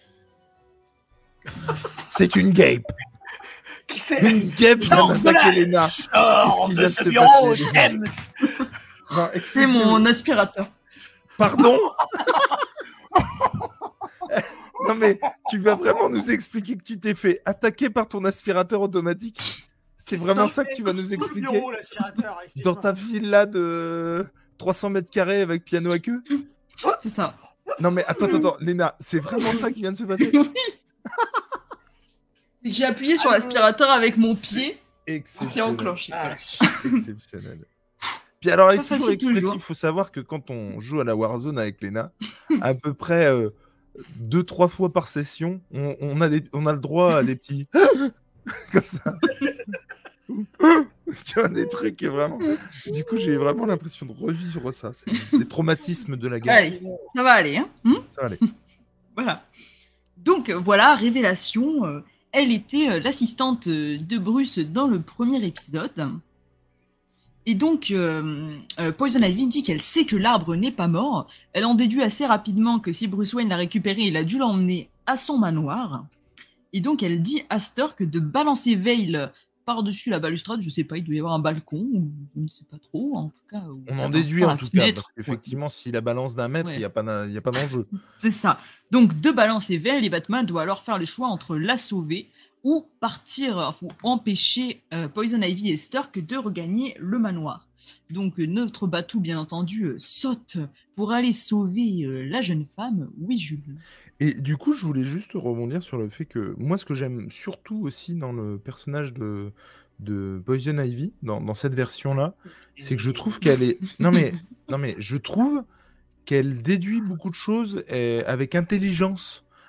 C'est une guêpe. Qui c'est? Une guêpe vient Sors de là! d'attaquer Léna. Sors Qu'est-ce qui de vient de ce se bureau, passer? James! Non, C'est explique-nous. mon aspirateur. Pardon. Non mais tu vas vraiment nous expliquer que tu t'es fait attaquer par ton aspirateur automatique? C'est vraiment ça que tu vas nous expliquer? Bureau, l'aspirateur, Dans excuse-moi. ta villa de trois cents mètres carrés avec piano à queue? C'est ça. Non mais attends, attends, attends, Léna, c'est vraiment ça qui vient de se passer? Oui. C'est que j'ai appuyé sur l'aspirateur avec mon pied, c'est Exceptionnel. enclenché. Ah, Exceptionnel. Puis alors, elle est Pas toujours facile tous les expressive. jours. Il faut savoir que quand on joue à la Warzone avec Léna, à peu près euh, deux, trois fois par session, on, on a, des, on a le droit à des petits comme ça. Tu vois, des trucs et vraiment. Du coup, j'ai vraiment l'impression de revivre ça. C'est des traumatismes de la guerre. Allez, ça va aller, hein. Hmm, Ça va aller. voilà. Donc euh, voilà, révélation. euh, elle était euh, l'assistante euh, de Bruce dans le premier épisode. Et donc, euh, euh, Poison Ivy dit qu'elle sait que l'arbre n'est pas mort. Elle en déduit assez rapidement que si Bruce Wayne l'a récupéré, il a dû l'emmener à son manoir. Et donc, elle dit à Stark de balancer Veil par-dessus la balustrade. Je sais pas, il doit y avoir un balcon, ou je ne sais pas trop. En tout cas, ou On par- en déduit par en la tout cas, fenêtre. parce qu'effectivement, si la balance d'un mètre, il Ouais. n'y a pas d'un- il y a pas d'enjeu. C'est ça. Donc, de balancer Veil, et Batman doit alors faire le choix entre la sauver ou partir, enfin, ou empêcher euh, Poison Ivy et Stark de regagner le manoir. Donc, euh, notre Batou, bien entendu, euh, saute pour aller sauver euh, la jeune femme. Oui, Jules. Et du coup, je voulais juste rebondir sur le fait que moi, ce que j'aime surtout aussi dans le personnage de, de Poison Ivy, dans, dans cette version-là, c'est que je trouve qu'elle est. Non mais, non mais, je trouve qu'elle déduit beaucoup de choses eh, avec intelligence.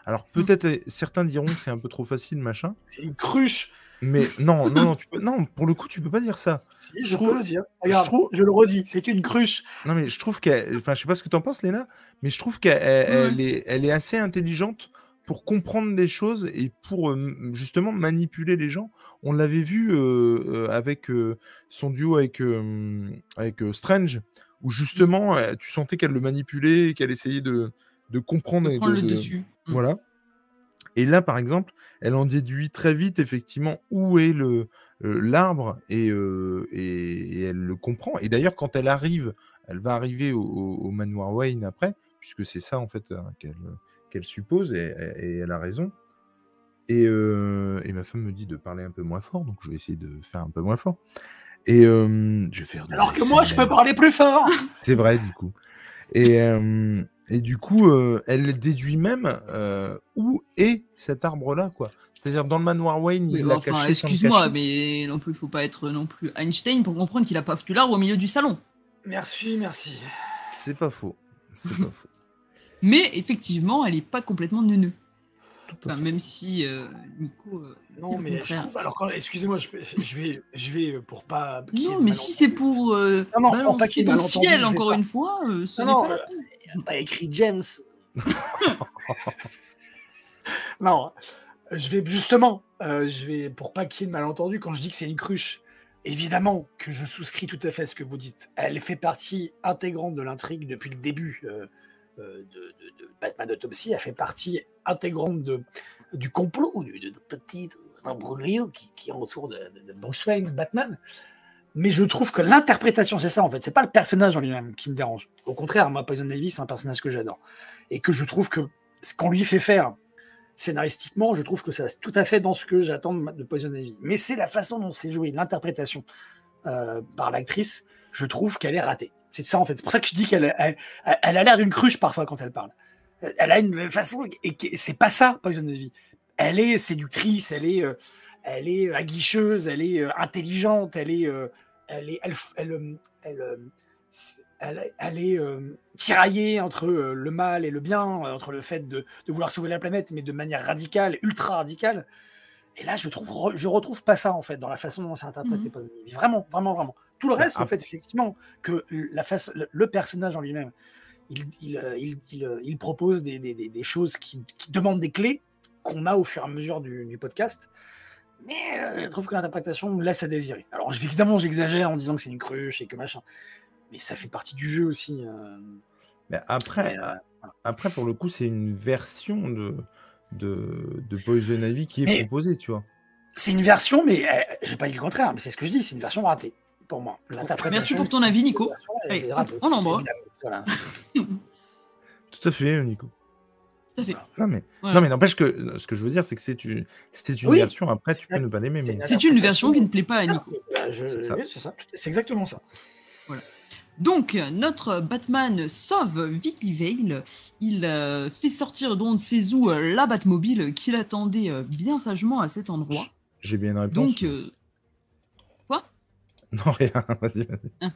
Alors peut-être euh, certains diront que c'est un peu trop facile, machin. C'est une cruche. Mais non, non, non, tu peux... non, pour le coup, tu peux pas dire ça. Si, je, Je peux trouve- le dire. je Regarde, trouve- je le redis, c'est une cruche. Non, mais je trouve qu'elle. Enfin, je sais pas ce que t'en penses, Léna, mais je trouve qu'elle elle- Ouais. elle est, elle est assez intelligente pour comprendre des choses et pour euh, m- justement manipuler les gens. On l'avait vu euh, euh, avec euh, son duo avec, euh, avec euh, Strange, où justement, euh, tu sentais qu'elle le manipulait et qu'elle essayait de, de comprendre. De et prendre de, le de- dessus. Mm. Voilà. Et là, par exemple, elle en déduit très vite, effectivement, où est le euh, l'arbre et, euh, et, et elle le comprend. Et d'ailleurs, quand elle arrive, elle va arriver au, au- au manoir Wayne après, puisque c'est ça, en fait, hein, qu'elle qu'elle suppose, et, et- et elle a raison. Et, euh, et ma femme me dit de parler un peu moins fort, donc je vais essayer de faire un peu moins fort. Et euh, je vais faire de Alors que moi, je peux l'A S M R. parler plus fort. C'est vrai, du coup. Et, euh, et du coup, euh, elle déduit même euh, où est cet arbre-là, quoi. C'est-à-dire, dans le manoir Wayne, Oui, il l'a enfin, caché sans le excuse-moi, cacher. mais non plus, faut pas être non plus Einstein pour comprendre qu'il a pas foutu l'arbre au milieu du salon. Merci, merci. C'est pas faux. C'est pas faux. Mais effectivement, elle est pas complètement neuneu. Tout à Enfin, fait. même si euh, Nico. euh, dit Non, le mais je contraire. trouve. Alors, quand- excusez-moi, je, je vais, je vais pour pas. qu'il y ait Non, de mais si c'est malentendu. pour euh, Non, non, pour pas balancer qu'il y ait de ton malentendu, fiel je vais encore pas. une fois, euh, ce Non, n'est non, pas la euh, peine. Il n'a pas écrit James. Non, je vais justement, euh, je vais pour pas qu'il y ait de malentendu quand je dis que c'est une cruche. Évidemment que je souscris tout à fait à ce que vous dites. Elle fait partie intégrante de l'intrigue depuis le début euh, euh, de, de- de Batman Autopsy. Elle fait partie intégrante de, du complot, du, de, de petit imbroglio qui, qui entoure de, de, de Bruce Wayne, Batman. Mais je trouve que l'interprétation, c'est ça en fait. C'est pas le personnage en lui-même qui me dérange. Au contraire, moi, Poison Ivy, c'est un personnage que j'adore. Et que je trouve que ce qu'on lui fait faire scénaristiquement, je trouve que ça c'est tout à fait dans ce que j'attends de, de Poison Ivy. Mais c'est la façon dont c'est joué, l'interprétation euh, par l'actrice, je trouve qu'elle est ratée. C'est ça en fait. C'est pour ça que je dis qu'elle elle, elle a l'air d'une cruche parfois quand elle parle. Elle a une façon, et c'est pas ça, Poison Ivy. Elle est séductrice, elle est, euh, elle est aguicheuse, elle est euh, intelligente, elle est, euh, elle est, elle, elle, elle, elle, euh, elle, elle est euh, tiraillée entre euh, le mal et le bien, entre le fait de, de vouloir sauver la planète, mais de manière radicale, ultra radicale. Et là, je trouve, je retrouve pas ça en fait dans la façon dont c'est interprété. Mhm. Vraiment, vraiment, vraiment. Tout le Bah, reste, en ap- fait, effectivement, que la face, le, le personnage en lui-même, il, il, euh, il, il, euh, il propose des, des, des, des choses qui, qui demandent des clés qu'on a au fur et à mesure du, du podcast. Mais euh, je trouve que l'interprétation laisse à désirer. Alors évidemment, j'exagère en disant que c'est une cruche et que machin, mais ça fait partie du jeu aussi. Euh... Mais après, Mais, euh, après, pour le coup, c'est une version de, de, de Poison Ivy qui est Mais- proposée, tu vois. C'est une version, mais euh, j'ai pas dit le contraire, mais c'est ce que je dis, c'est une version ratée pour moi. L'interprétation. Merci pour ton avis, Nico. est Allez, ratée. on C'est- l'embrasse. c'est évident. Voilà. Tout à fait, Nico. Tout à fait. Non, mais, Voilà. non, mais n'empêche que ce que je veux dire, c'est que c'est une, c'est une Oui. version. Après, tu peux C'est- ne pas l'aimer, c'est mais. une C'est une version qui ne plaît pas à Nico. Bah, je- C'est ça. oui, c'est ça. C'est exactement ça. Donc, notre Batman sauve Vicky Vale. Il euh, fait sortir donc de ses ou la Batmobile qu'il attendait euh, bien sagement à cet endroit. J'ai bien une réponse. Donc, euh, Non, rien. Vas-y, vas-y.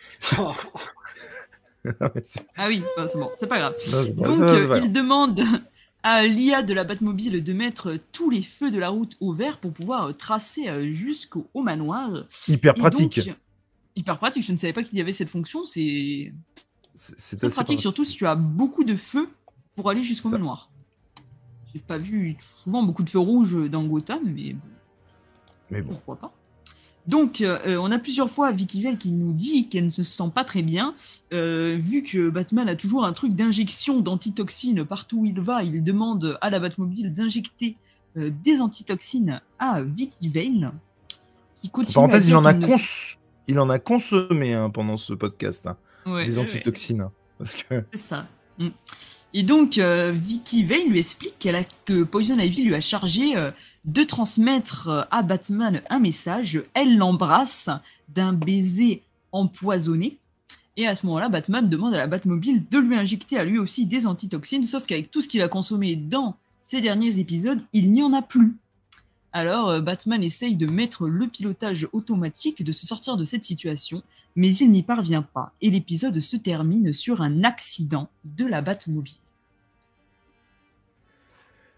Non, mais c'est- ah oui, bah, c'est bon, c'est pas grave. non, c'est pas- Donc, ça, c'est euh, pas il grave. demande à l'I A de la Batmobile de mettre tous les feux de la route au vert pour pouvoir euh, tracer euh, jusqu'au au manoir. Hyper Et pratique. donc, hyper pratique, je ne savais pas qu'il y avait cette fonction, c'est C'est c'est très assez pratique, surtout si tu as beaucoup de feux pour aller jusqu'au Ça. manoir. J'ai pas vu souvent beaucoup de feux rouges dans Gotham, mais bon, Mais bon. pourquoi pas. Donc, euh, on a plusieurs fois Vicky Vale qui nous dit qu'elle ne se sent pas très bien, euh, vu que Batman a toujours un truc d'injection d'antitoxines partout où il va. Il demande à la Batmobile d'injecter euh, des antitoxines à Vicky Vale, qui En continue parenthèse, à il dire en a, qu'il ne- cons- il en a consommé hein, pendant ce podcast. hein, Ouais, des ouais, antitoxines. hein, parce que. c'est ça. Mm. Et donc, euh, Vicky Vale lui explique qu'elle a, que Poison Ivy lui a chargé euh, de transmettre euh, à Batman un message. Elle l'embrasse d'un baiser empoisonné. Et à ce moment-là, Batman demande à la Batmobile de lui injecter à lui aussi des antitoxines, sauf qu'avec tout ce qu'il a consommé dans ces derniers épisodes, il n'y en a plus. Alors, euh, Batman essaye de mettre le pilotage automatique, de se sortir de cette situation, mais il n'y parvient pas, et l'épisode se termine sur un accident de la Batmobile.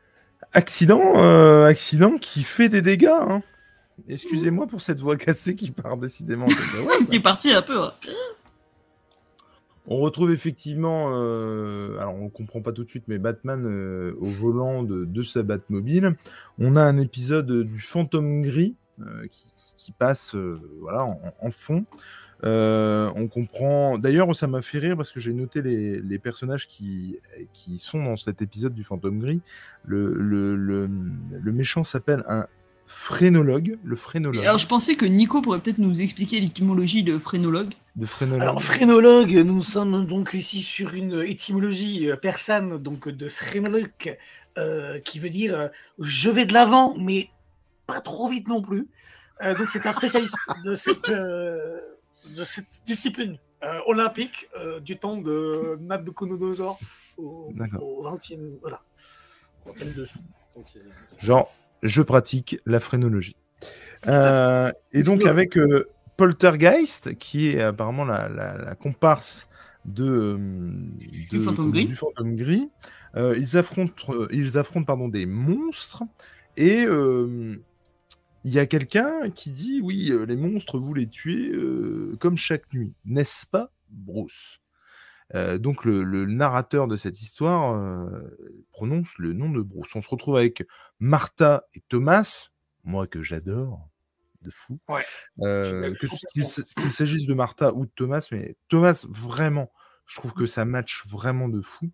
Accident, euh, accident qui fait des dégâts. Hein. Excusez-moi pour cette voix cassée qui part décidément. Ouais, T'es parti un peu. Hein. On retrouve effectivement, euh, alors on ne comprend pas tout de suite, mais Batman euh, au volant de, de sa Batmobile. On a un épisode du Fantôme Gris euh, qui, qui passe euh, voilà, en, en fond. Euh, on comprend. D'ailleurs, ça m'a fait rire parce que j'ai noté les, les personnages qui, qui sont dans cet épisode du Fantôme Gris. Le, le, le, le méchant s'appelle un phrénologue. Le phrénologue. Alors, je pensais que Nico pourrait peut-être nous expliquer l'étymologie de phrénologue. De phrénologue. Alors, phrénologue, nous sommes donc ici sur une étymologie euh, persane, donc de phrénologue, euh, qui veut dire euh, je vais de l'avant, mais pas trop vite non plus. Euh, donc, c'est un spécialiste de cette. Euh, de cette discipline euh, olympique euh, du temps de Nabucodonosor au, au vingtième voilà, vingtième dessous. Genre, je pratique la phrénologie. Euh, et donc avec euh, Poltergeist, qui est apparemment la, la, la comparse de, de, du Fantôme Gris, du Fantôme Gris. Euh, ils affrontent, euh, ils affrontent pardon, des monstres et euh, il y a quelqu'un qui dit, oui, euh, les monstres, vous les tuez euh, comme chaque nuit. N'est-ce pas, Bruce ? euh, Donc, le, le narrateur de cette histoire euh, prononce le nom de Bruce. On se retrouve avec Martha et Thomas, moi que j'adore, de fou. Ouais. Euh, que, qu'il, qu'il s'agisse de Martha ou de Thomas, mais Thomas, vraiment, je trouve que ça match vraiment de fou.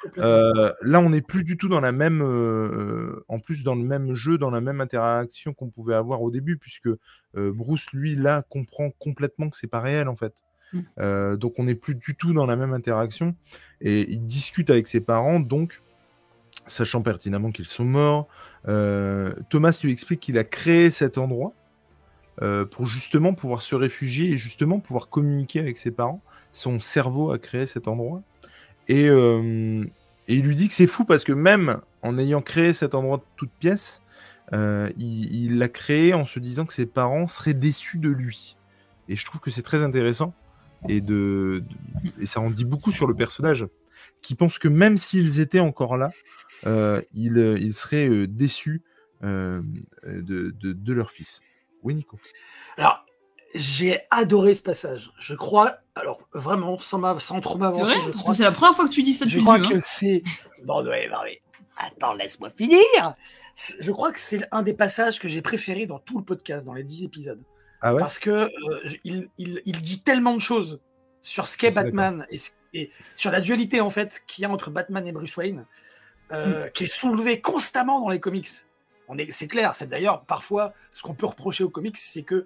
Euh, là, on n'est plus du tout dans la même, euh, en plus dans le même jeu, dans la même interaction qu'on pouvait avoir au début, puisque euh, Bruce, lui, là, comprend complètement que c'est pas réel en fait. Mm. Euh, donc, on n'est plus du tout dans la même interaction, et il discute avec ses parents, donc sachant pertinemment qu'ils sont morts. Euh, Thomas lui explique qu'il a créé cet endroit euh, pour justement pouvoir se réfugier et justement pouvoir communiquer avec ses parents. Son cerveau a créé cet endroit. Et, euh, et il lui dit que c'est fou parce que même en ayant créé cet endroit de toute pièce, euh, il, il l'a créé en se disant que ses parents seraient déçus de lui. Et je trouve que c'est très intéressant. Et, de, de, et ça en dit beaucoup sur le personnage, qui pense que même s'ils étaient encore là, euh, ils, ils seraient euh, déçus euh, de, de, de leur fils. Oui, Nico. Alors, j'ai adoré ce passage. Je crois, alors vraiment, sans, ma, sans trop m'avancer. C'est vrai, parce que c'est la première fois que tu dis ça depuis Je crois le que hein. c'est. Bon, ouais, non, mais attends, laisse-moi finir. Je crois que c'est un des passages que j'ai préféré dans tout le podcast, dans les dix épisodes. Ah ouais. Parce que euh, il, il, il dit tellement de choses sur ce qu'est Batman et, et sur la dualité en fait qu'il y a entre Batman et Bruce Wayne, euh, mm. qui est soulevée constamment dans les comics. On est, c'est clair, c'est d'ailleurs parfois ce qu'on peut reprocher aux comics, c'est que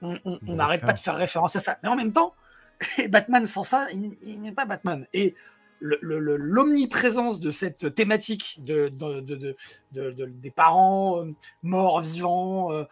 on n'arrête pas de faire référence à ça. Mais en même temps, Batman sans ça, il, il n'est pas Batman. Et le, le, le, l'omniprésence de cette thématique de, de, de, de, de, de des parents euh, morts, vivants, euh,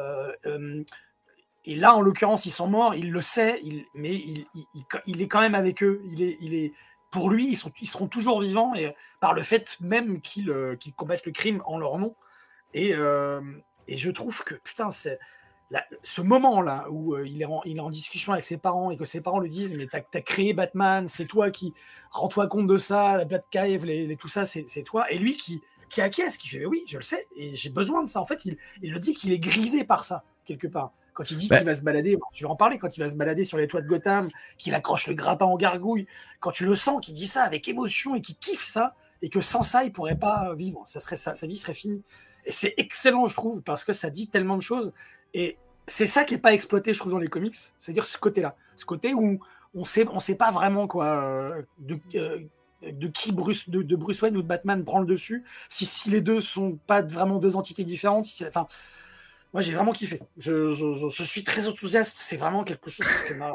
euh, et là, en l'occurrence, ils sont morts, il le sait, il, mais il, il, il, il est quand même avec eux. Il est, il est, pour lui, ils, sont, ils seront toujours vivants, et par le fait même qu'ils, euh, qu'ils combattent le crime en leur nom. Et, euh, et je trouve que, putain, c'est là, ce moment-là où euh, il, est en, il est en discussion avec ses parents et que ses parents lui disent « Mais t'as, t'as créé Batman, c'est toi qui... Rends-toi compte de ça, la Batcave, les, les, tout ça, c'est, c'est toi. » Et lui qui, qui acquiesce, qui fait « Mais oui, je le sais, et j'ai besoin de ça. » En fait, il, il le dit qu'il est grisé par ça, quelque part. Quand il dit bah. qu'il va se balader, tu vas en parler, quand il va se balader sur les toits de Gotham, qu'il accroche le grappin en gargouille, quand tu le sens qu'il dit ça avec émotion et qu'il kiffe ça, et que sans ça, il pourrait pas vivre. Ça serait, ça, sa vie serait finie. Et c'est excellent, je trouve, parce que ça dit tellement de choses. Et c'est ça qui n'est pas exploité, je trouve, dans les comics. C'est-à-dire ce côté-là. Ce côté où on sait, on sait pas vraiment quoi, de, de qui Bruce, de, de Bruce Wayne ou de Batman prend le dessus, si, si les deux sont pas vraiment deux entités différentes. Si enfin, moi, j'ai vraiment kiffé. Je, je, je suis très enthousiaste. C'est vraiment quelque chose qui m'a...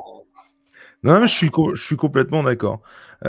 Non, mais je suis, co- je suis complètement d'accord.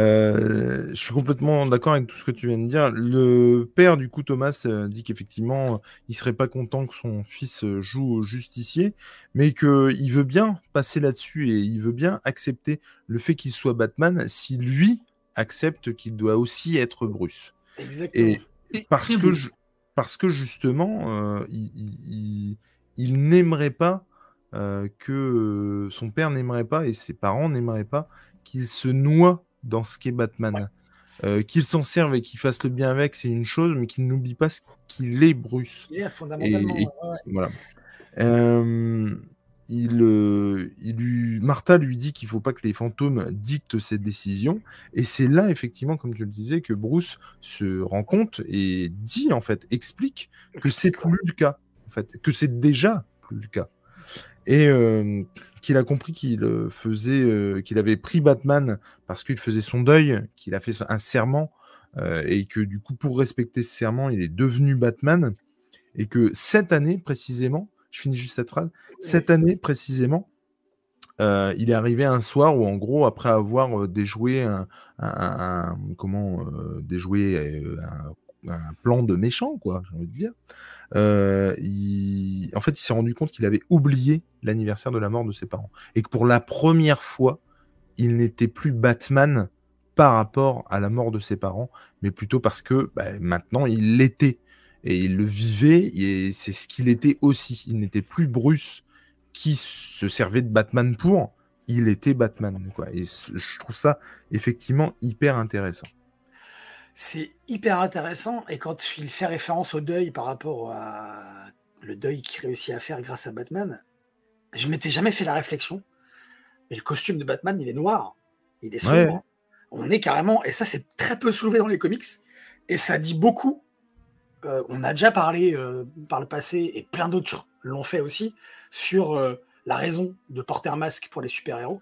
Euh, je suis complètement d'accord avec tout ce que tu viens de dire. Le père, du coup, Thomas, euh, dit qu'effectivement, euh, il serait pas content que son fils euh, joue au justicier, mais qu'il veut bien passer là-dessus et il veut bien accepter le fait qu'il soit Batman si lui accepte qu'il doit aussi être Bruce. Exactement. Et parce que, je, parce que justement, euh, il, il, il n'aimerait pas Euh, que euh, son père n'aimerait pas et ses parents n'aimeraient pas qu'il se noie dans ce qu'est Batman. Euh, qu'il s'en serve et qu'il fasse le bien avec, c'est une chose, mais qu'il n'oublie pas ce qu'il est, Bruce. Il est Et, fondamentalement. et- ouais, ouais. voilà. Euh, il, euh, il lui, Martha lui dit qu'il faut pas que les fantômes dictent ses décisions, et c'est là effectivement, comme tu le disais, que Bruce se rend compte et dit en fait, explique que c'est Explique, ouais. plus le cas, en fait, que c'est déjà plus le cas, et euh, qu'il a compris qu'il euh, faisait, euh, qu'il avait pris Batman parce qu'il faisait son deuil, qu'il a fait un serment, euh, et que du coup, pour respecter ce serment, il est devenu Batman, et que cette année précisément, je finis juste cette phrase, cette année précisément, euh, il est arrivé un soir où en gros, après avoir euh, déjoué un, un- un- un- comment euh, déjoué euh, un, un plan de méchant, quoi, j'ai envie de dire, euh, il... en fait, il s'est rendu compte qu'il avait oublié l'anniversaire de la mort de ses parents, et que pour la première fois, il n'était plus Batman par rapport à la mort de ses parents, mais plutôt parce que bah, maintenant il l'était et il le vivait, et c'est ce qu'il était aussi. Il n'était plus Bruce qui se servait de Batman pour, il était Batman, quoi. Et je trouve ça effectivement hyper intéressant. C'est hyper intéressant, et quand il fait référence au deuil par rapport à le deuil qu'il réussit à faire grâce à Batman, je m'étais jamais fait la réflexion, mais le costume de Batman, il est noir, il est Ouais, sombre. On est carrément, et ça c'est très peu soulevé dans les comics, et ça dit beaucoup. Euh, on a déjà parlé euh, par le passé, et plein d'autres l'ont fait aussi, sur euh, la raison de porter un masque pour les super-héros.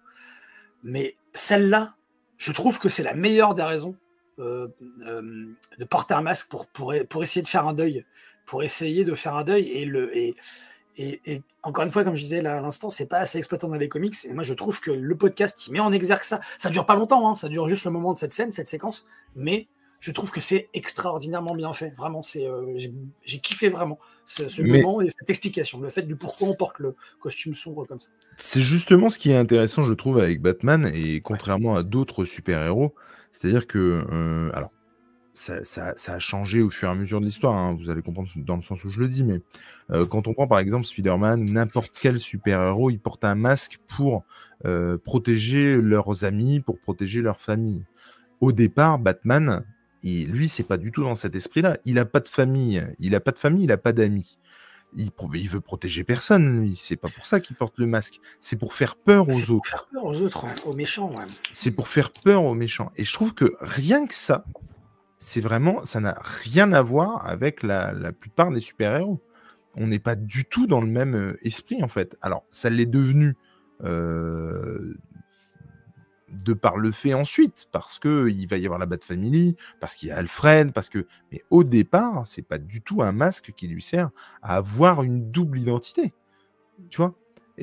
Mais celle-là, je trouve que c'est la meilleure des raisons euh, euh, de porter un masque pour, pour, pour essayer de faire un deuil. Pour essayer de faire un deuil. Et, le, et, et, et encore une fois, comme je disais là à l'instant, c'est pas assez exploitant dans les comics. Et moi, je trouve que le podcast, il met en exergue ça. Ça dure pas longtemps, hein, ça dure juste le moment de cette scène, cette séquence. Mais je trouve que c'est extraordinairement bien fait. Vraiment, c'est, euh, j'ai, j'ai kiffé vraiment ce, ce mais moment et cette explication. Le fait du pourquoi on porte le costume sombre comme ça. c'est justement ce qui est intéressant, je trouve, avec Batman, et contrairement à d'autres super-héros, c'est-à-dire que, euh, alors, ça, ça, ça a changé au fur et à mesure de l'histoire, hein, vous allez comprendre dans le sens où je le dis, mais euh, quand on prend par exemple Spider-Man, n'importe quel super-héros, il porte un masque pour euh, protéger leurs amis, pour protéger leur famille. Au départ, Batman, il, lui, c'est pas du tout dans cet esprit-là. Il a pas de famille, il a pas de famille, il a pas d'amis. Il, il veut protéger personne, lui. C'est pas pour ça qu'il porte le masque. C'est pour faire peur aux C'est autres. pour faire peur aux autres, hein, aux méchants. Ouais. C'est pour faire peur aux méchants. Et je trouve que rien que ça, c'est vraiment, ça n'a rien à voir avec la, la plupart des super-héros. On n'est pas du tout dans le même euh, esprit, en fait. Alors, ça l'est devenu euh, de par le fait ensuite, parce que il va y avoir la Bat Family, parce qu'il y a Alfred, parce que... Mais au départ, c'est pas du tout un masque qui lui sert à avoir une double identité. Tu vois ?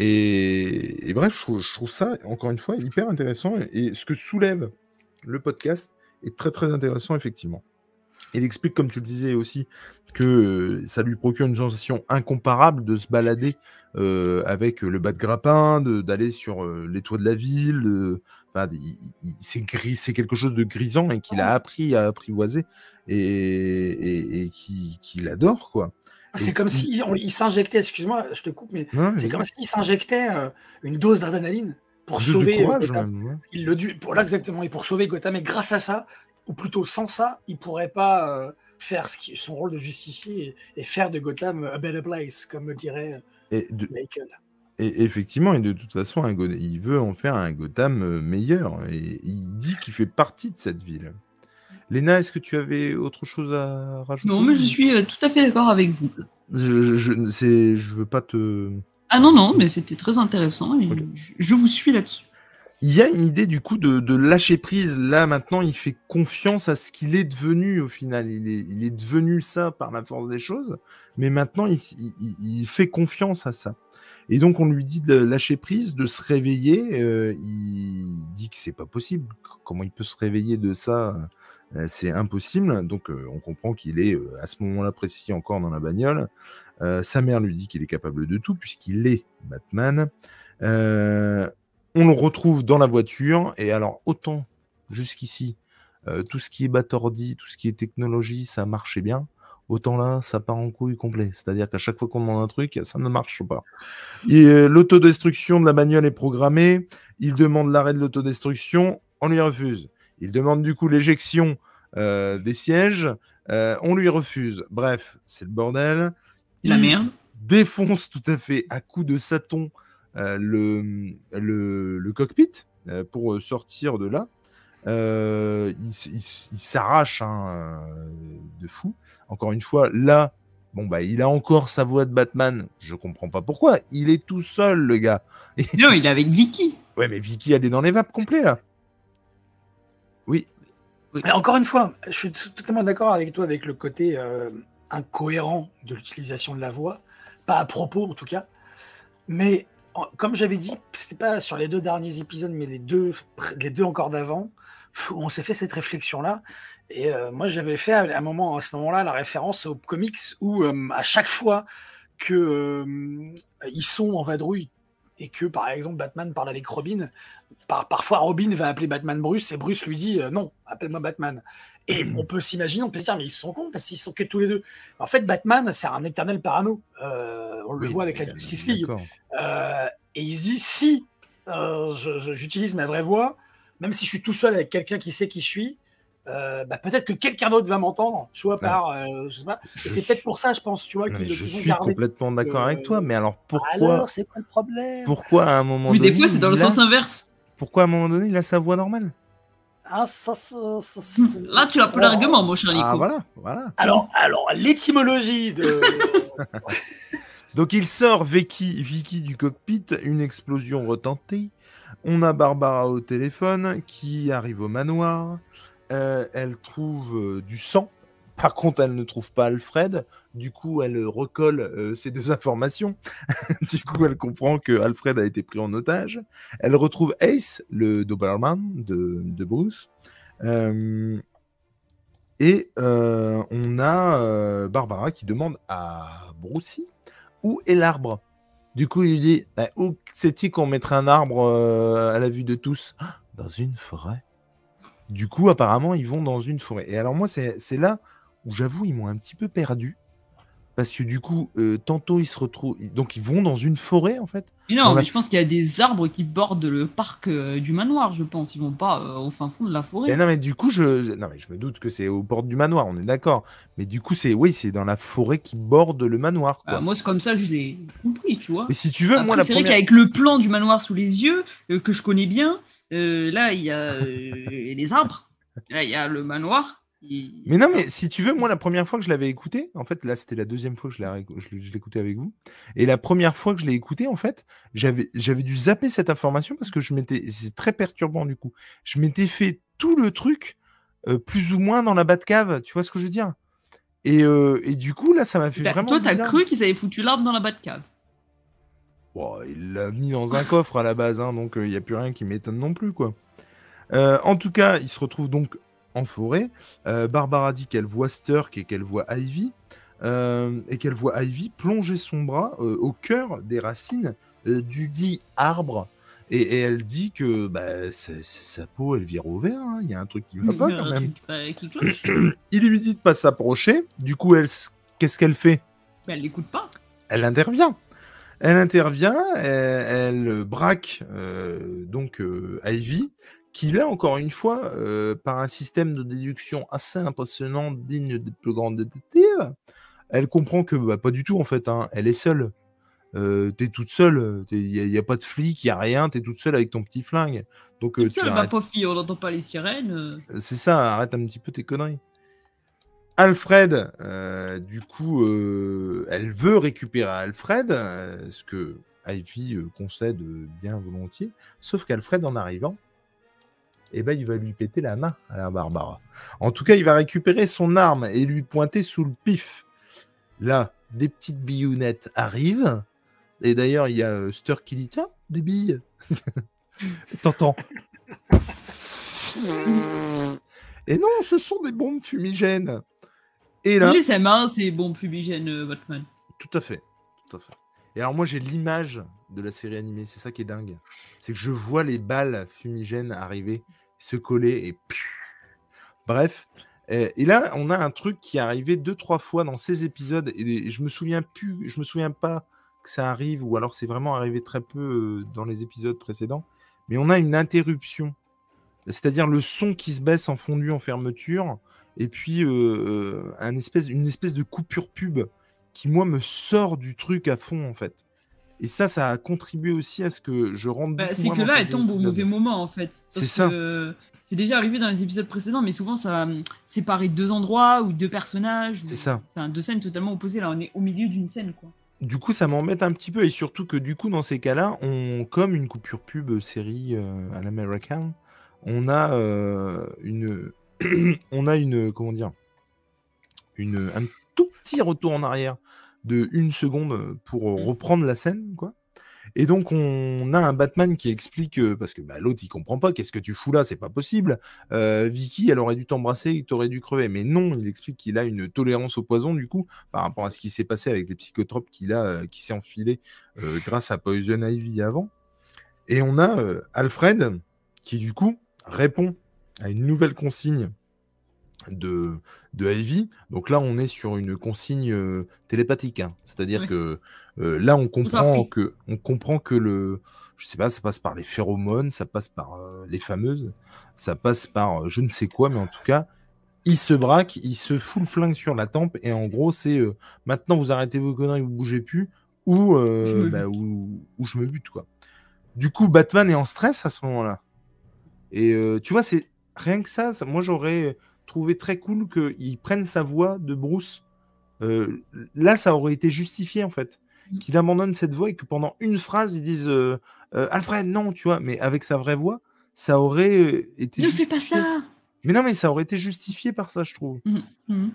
Et, et bref, je, je trouve ça, encore une fois, hyper intéressant. Et, et ce que soulève le podcast est très, très intéressant, effectivement. Il explique, comme tu le disais aussi, que euh, ça lui procure une sensation incomparable de se balader euh, avec le bas de grappin, de, d'aller sur euh, les toits de la ville. Euh, enfin, il, il, c'est, gris, c'est quelque chose de grisant et qu'il a appris à apprivoiser et, et, et qui, qu'il adore, quoi. C'est Et comme qui... s'il si il s'injectait, excuse-moi, je te coupe, mais non, mais c'est oui. comme s'il s'injectait euh, une dose d'adrénaline pour Dose sauver de courage, Gotham. même, ouais. Il le dû, pour là exactement, et pour sauver Gotham. Et grâce à ça, ou plutôt sans ça, il pourrait pas euh, faire ce qui, son rôle de justicier et, et faire de Gotham a better place, comme me dirait et de... Michael. Et effectivement, et de toute façon, un Go... il veut en faire un Gotham meilleur. Et il dit qu'il fait partie de cette ville. Léna, est-ce que tu avais autre chose à rajouter ? Non, mais je suis euh, tout à fait d'accord avec vous. Je, je, c'est, je veux pas te... Ah non, non, mais c'était très intéressant et Okay. je, je vous suis là-dessus. Il y a une idée du coup de, de lâcher prise. Là, maintenant, il fait confiance à ce qu'il est devenu au final. Il est, il est devenu ça par la force des choses, mais maintenant, il, il, il fait confiance à ça. Et donc, on lui dit de lâcher prise, de se réveiller. Euh, il dit que c'est pas possible. Comment il peut se réveiller de ça ? euh, C'est impossible. Donc, euh, on comprend qu'il est euh, à ce moment-là précis encore dans la bagnole. Euh, sa mère lui dit qu'il est capable de tout puisqu'il est Batman. Euh, on le retrouve dans la voiture. Et alors, autant jusqu'ici, euh, tout ce qui est Batordi, tout ce qui est technologie, ça marchait bien. Autant là, ça part en couille complet. C'est-à-dire qu'à chaque fois qu'on demande un truc, ça ne marche pas. Et, euh, l'autodestruction de la bagnole est programmée. Il demande l'arrêt de l'autodestruction. On lui refuse. Il demande du coup l'éjection euh, des sièges. Euh, on lui refuse. Bref, c'est le bordel. La Il merde. défonce tout à fait à coups de saton euh, le, le, le cockpit euh, pour sortir de là. Euh, il, il, il s'arrache hein, euh, de fou. Encore une fois, là, bon bah, il a encore sa voix de Batman. Je comprends pas pourquoi. Il est tout seul, le gars. Et... Non, il est avec Vicky. Ouais, mais Vicky, elle est dans les vapes complets là. Oui. Mais encore une fois, je suis totalement d'accord avec toi avec le côté euh, incohérent de l'utilisation de la voix, pas à propos en tout cas. Mais en, comme j'avais dit, c'était pas sur les deux derniers épisodes, mais les deux, les deux encore d'avant, où on s'est fait cette réflexion-là. Et euh, moi, j'avais fait à un moment, à ce moment-là, la référence aux comics où euh, à chaque fois que euh, ils sont en vadrouille et que par exemple Batman parle avec Robin, par, parfois Robin va appeler Batman Bruce et Bruce lui dit euh, non, appelle-moi Batman. Et on peut s'imaginer, on peut se dire mais ils sont cons parce qu'ils sont que tous les deux. En fait, Batman c'est un éternel parano. Euh, on le Oui, voit avec la euh, Justice League. d'accord. Euh, et il se dit si euh, je- je- j'utilise ma vraie voix, même si je suis tout seul avec quelqu'un qui sait qui je suis, euh, bah, peut-être que quelqu'un d'autre va m'entendre, soit Ouais. par, euh, je sais pas. Et Je c'est suis- peut-être pour ça, je pense, tu vois, Non, mais qu'ils je qu'ils ont suis gardé. complètement d'accord avec toi, mais alors pourquoi Alors, c'est quoi le problème? Pourquoi à un moment Oui, donné des fois, c'est dans le il a- sens inverse. Pourquoi à un moment donné il a sa voix normale? Ah, ça, ça, ça, ça- Là, tu as pas Alors, l'argument, mon cher Nico. Ah voilà, voilà. Alors, alors l'étymologie de. Donc il sort Vicky, Vicky du cockpit, une explosion retentit. On a Barbara au téléphone qui arrive au manoir. Euh, elle trouve euh, du sang. Par contre, elle ne trouve pas Alfred. Du coup, elle recolle euh, ces deux informations. Du coup, elle comprend que Alfred a été pris en otage. Elle retrouve Ace, le Doberman de, de Bruce. Euh, et euh, on a euh, Barbara qui demande à Brucey où est l'arbre. Du coup, il lui dit bah, où c'est-il qu'on mettrait un arbre euh, à la vue de tous? Ah, dans une forêt. Du coup, apparemment, ils vont dans une forêt. Et alors, moi, c'est c'est là où j'avoue, ils m'ont un petit peu perdu. Parce que du coup, euh, tantôt, ils se retrouvent. Donc, ils vont dans une forêt, en fait. Mais non, Dans la- mais je pense qu'il y a des arbres qui bordent le parc euh, du manoir, je pense. Ils vont pas euh, au fin fond de la forêt. Mais non, mais du coup, je... Non, mais je me doute que c'est aux portes du manoir, on est d'accord. Mais du coup, c'est oui, c'est dans la forêt qui borde le manoir, quoi. Euh, moi, c'est comme ça que je l'ai compris, tu vois. Mais si tu veux, Après, moi, la c'est vrai première... qu'avec le plan du manoir sous les yeux, euh, que je connais bien, euh, là, il y a euh, les arbres. Là, il y a le manoir. il- Mais non, mais si tu veux, moi, la première fois que je l'avais écouté, en fait, là, c'était la deuxième fois que je l'ai ré- je l'ai- je l'écoutais avec vous. Et la première fois que je l'ai écouté, en fait, j'avais j'avais dû zapper cette information parce que je m'étais... C'est très perturbant, du coup. Je m'étais fait tout le truc, euh, plus ou moins dans la Batcave, tu vois ce que je veux dire? Et, euh, et du coup, là, ça m'a fait T'as- vraiment Toi, t'as bizarre. cru qu'ils avaient foutu l'arbre dans la Batcave. Bon, il l'a mis dans un coffre à la base, hein, donc il n'y a plus rien qui m'étonne non plus, quoi. Euh, en tout cas, il se retrouve donc en forêt. Euh, Barbara dit qu'elle voit Sturk et qu'elle voit Ivy, euh, et qu'elle voit Ivy plonger son bras euh, au cœur des racines euh, du dit arbre. Et, et elle dit que bah, c'est- c'est- sa peau, elle vire au vert. hein. Il y a un truc qui va pas quand Un même. truc euh, qui cloche. Il lui dit de pas s'approcher. Du coup, elle, s- qu'est-ce qu'elle fait? Mais elle l'écoute pas. Elle intervient. Elle intervient, elle, elle braque euh, donc euh, Ivy, qui là encore une fois, euh, par un système de déduction assez impressionnant, digne des plus grandes détectives, elle comprend que bah, pas du tout en fait, hein, elle est seule. Euh, t'es toute seule, il n'y a, y a pas de flic, il n'y a rien, t'es toute seule avec ton petit flingue. Donc euh, Toute tu seule, ma arrêtes. pauvre fille, on n'entend pas les sirènes. euh. C'est ça, arrête un petit peu tes conneries. Alfred, euh, du coup, euh, elle veut récupérer Alfred, euh, ce que Ivy euh, concède euh, bien volontiers, sauf qu'Alfred, en arrivant, eh ben, il va lui péter la main à la Barbara. En tout cas, il va récupérer son arme et lui pointer sous le pif. Là, des petites billonnettes arrivent, et d'ailleurs, il y a euh, Stur qui dit « Tiens, des billes !» T'entends. Et non, ce sont des bombes fumigènes. Et là, Il est mains, c'est bon fumigène euh, Batman. tout à fait, tout à fait. Et alors moi j'ai l'image de la série animée, c'est ça qui est dingue. C'est que je vois les balles fumigènes arriver, se coller et piou. Bref. Euh, Et là on a un truc qui est arrivé deux trois fois dans ces épisodes et je me souviens plus, je me souviens pas que ça arrive ou alors c'est vraiment arrivé très peu euh, dans les épisodes précédents. Mais on a une interruption c'est-à-dire le son qui se baisse en fondu, en fermeture, et puis euh, un espèce, une espèce de coupure pub qui, moi, me sort du truc à fond, en fait. Et ça, ça a contribué aussi à ce que je rentre Bah, beaucoup c'est moins que dans là, ces elle tombe au épisodes. mauvais moment en fait. C'est Parce ça. que c'est déjà arrivé dans les épisodes précédents, mais souvent ça hum, séparait deux endroits ou deux personnages. C'est Ou... ça. Enfin, deux scènes totalement opposées. Là, on est au milieu d'une scène, quoi. Du coup, ça m'embête un petit peu, et surtout que du coup, dans ces cas-là, on, comme une coupure pub euh, série euh, à l'américain, on a euh, une, on a une, comment dire, une, un tout petit retour en arrière de une seconde pour Mm. reprendre la scène, quoi. Et donc, on a un Batman qui explique, euh, parce que bah, l'autre, il comprend pas, qu'est-ce que tu fous là, c'est pas possible. Euh, Vicky, elle aurait dû t'embrasser, t'aurais dû crever. Mais non, il explique qu'il a une tolérance au poison, du coup, par rapport à ce qui s'est passé avec les psychotropes qu'il a, euh, qui s'est enfilé euh, grâce à Poison Ivy avant. Et on a euh, Alfred, qui du coup, répond à une nouvelle consigne de, de Ivy. Donc là, on est sur une consigne euh, télépathique, hein. C'est-à-dire Oui. que euh, là, on comprend Photographique. que, on comprend que le, je sais pas, ça passe par les phéromones, ça passe par euh, les fameuses, ça passe par euh, je ne sais quoi, mais en tout cas, il se braque, il se fout le flingue sur la tempe, et en gros, c'est euh, maintenant vous arrêtez vos conneries, vous bougez plus, ou, euh, Je me bah, bute. ou, ou je me bute, quoi. Du coup, Batman est en stress à ce moment-là. Et euh, tu vois, c'est rien que ça, ça- moi j'aurais trouvé très cool qu'il prenne sa voix de Bruce. Euh, là, ça aurait été justifié en fait. Mm. Qu'il abandonne cette voix et que pendant une phrase, ils disent euh, euh, Alfred, non, tu vois, mais avec sa vraie voix, ça aurait euh, été Ne fais pas justifié. ça. Mais non, mais ça aurait été justifié par ça, je trouve. Mm, mm.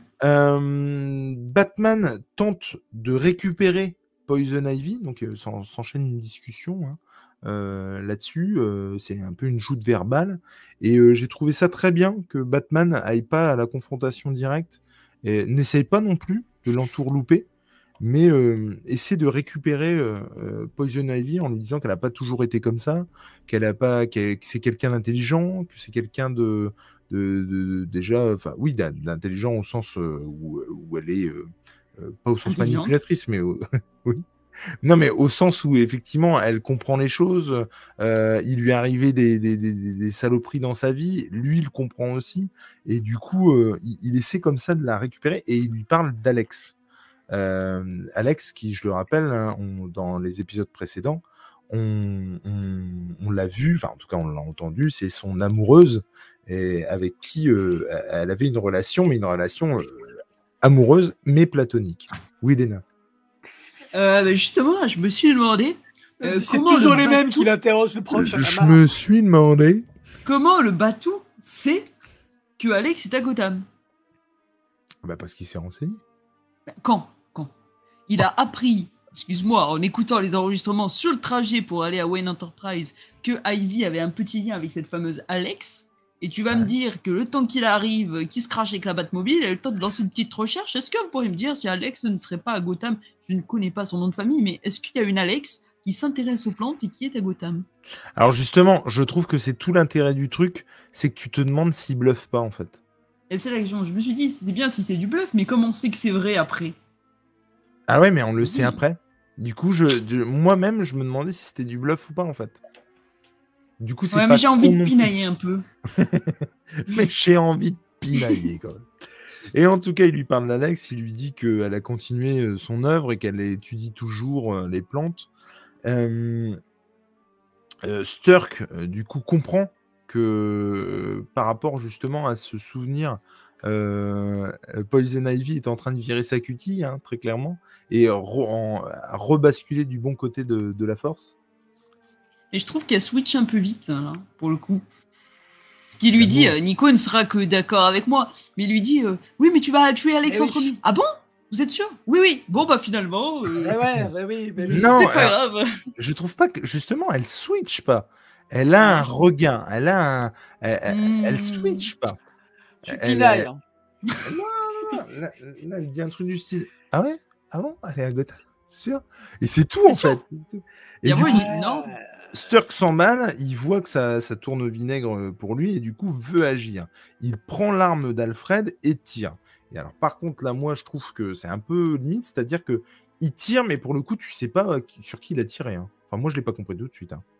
Euh, Batman tente de récupérer Poison Ivy, donc euh, s'en- s'enchaîne une discussion hein, euh, là-dessus. euh, c'est un peu une joute verbale, et euh, j'ai trouvé ça très bien que Batman aille pas à la confrontation directe et n'essaye pas non plus de l'entourlouper, mais euh, essaie de récupérer euh, euh, Poison Ivy en lui disant qu'elle n'a pas toujours été comme ça, qu'elle a pas, qu'elle- que c'est quelqu'un d'intelligent, que c'est quelqu'un de de, de- déjà, enfin oui, d'in- d'intelligent au sens euh, où, où elle est, euh, euh, pas au sens Intelligente. manipulatrice, mais au- oui. Non, mais au sens où effectivement elle comprend les choses, euh, il lui est arrivé des, des, des, des- des saloperies dans sa vie, lui il le comprend aussi, et du coup euh, il, il essaie comme ça de la récupérer, et il lui parle d'Alex. Euh, Alex, qui je le rappelle, hein, on- dans les épisodes précédents, on, on, on l'a vu, enfin en tout cas on l'a entendu, c'est son amoureuse, et avec qui euh, elle avait une relation, mais une relation euh, amoureuse, mais platonique. Oui, Léna. Euh, bah, justement, je me suis demandé euh, c'est comment toujours le les mêmes Batou- qui l'interrogent, le prof. il y en a Je marre. me suis demandé. comment le Batou sait que Alex est à Gotham. Bah parce qu'il s'est renseigné. Quand Quand Il a appris, excuse-moi, en écoutant les enregistrements sur le trajet pour aller à Wayne Enterprise, que Ivy avait un petit lien avec cette fameuse Alex. Et tu vas Ouais. me dire que le temps qu'il arrive, qu'il se crache avec la Batmobile, il a eu le temps de lancer une petite recherche. Est-ce que vous pourriez me dire si Alex ne serait pas à Gotham? Je ne connais pas son nom de famille, mais est-ce qu'il y a une Alex qui s'intéresse aux plantes et qui est à Gotham? Alors justement, je trouve que c'est tout l'intérêt du truc, c'est que tu te demandes s'il bluffe pas en fait. Et c'est là que je je me suis dit, c'est bien si c'est du bluff, mais comment on sait que c'est vrai après? Ah ouais, mais on le sait Oui. après. Du coup, je, je- moi-même, je me demandais si c'était du bluff ou pas en fait. Du coup, c'est Ouais, pas mais j'ai envie con de non plus. pinailler un peu. Mais j'ai envie de pinailler quand même. Et en tout cas, il lui parle d'Alex, il lui dit qu'elle a continué euh, son œuvre et qu'elle étudie toujours euh, les plantes. Euh, euh, Sturk, euh, du coup, comprend que euh, par rapport justement à ce souvenir, euh, euh, Poison Ivy est en train de virer sa cutie, hein, très clairement, et re- en- à rebasculer du bon côté de, de la force. Et je trouve qu'elle switch un peu vite, hein, là, pour le coup. Ce qui lui dit, L'amour. euh, Nico ne sera que d'accord avec moi, mais il lui dit, euh, oui, mais tu vas tuer Alex Eh en oui. premier. Ah bon? Vous êtes sûr? Oui, oui. Bon, bah finalement, euh, Eh ouais, bah oui, bah oui. Non, c'est pas alors- grave. Je trouve pas que justement elle switch pas. Elle a Ah, un je pense regain, elle a un, elle, elle- elle Hmm. switch pas. Tu Elle pinailles. est- hein. Non, non, non, là, là, elle dit un truc du style. Ah ouais? Ah bon? Elle est à Gotham, c'est sûr. Et c'est tout en C'est sûr. fait. c'est tout. Et Et du avant, coup, il dit, non. Sturk s'emballe, il voit que ça, ça tourne au vinaigre pour lui et du coup veut agir. Il prend l'arme d'Alfred et tire. Et alors par contre là, moi je trouve que c'est un peu limite, c'est-à-dire que il tire, mais pour le coup tu sais pas euh, qui- sur qui il a tiré. hein. Enfin moi je l'ai pas compris tout de suite. hein.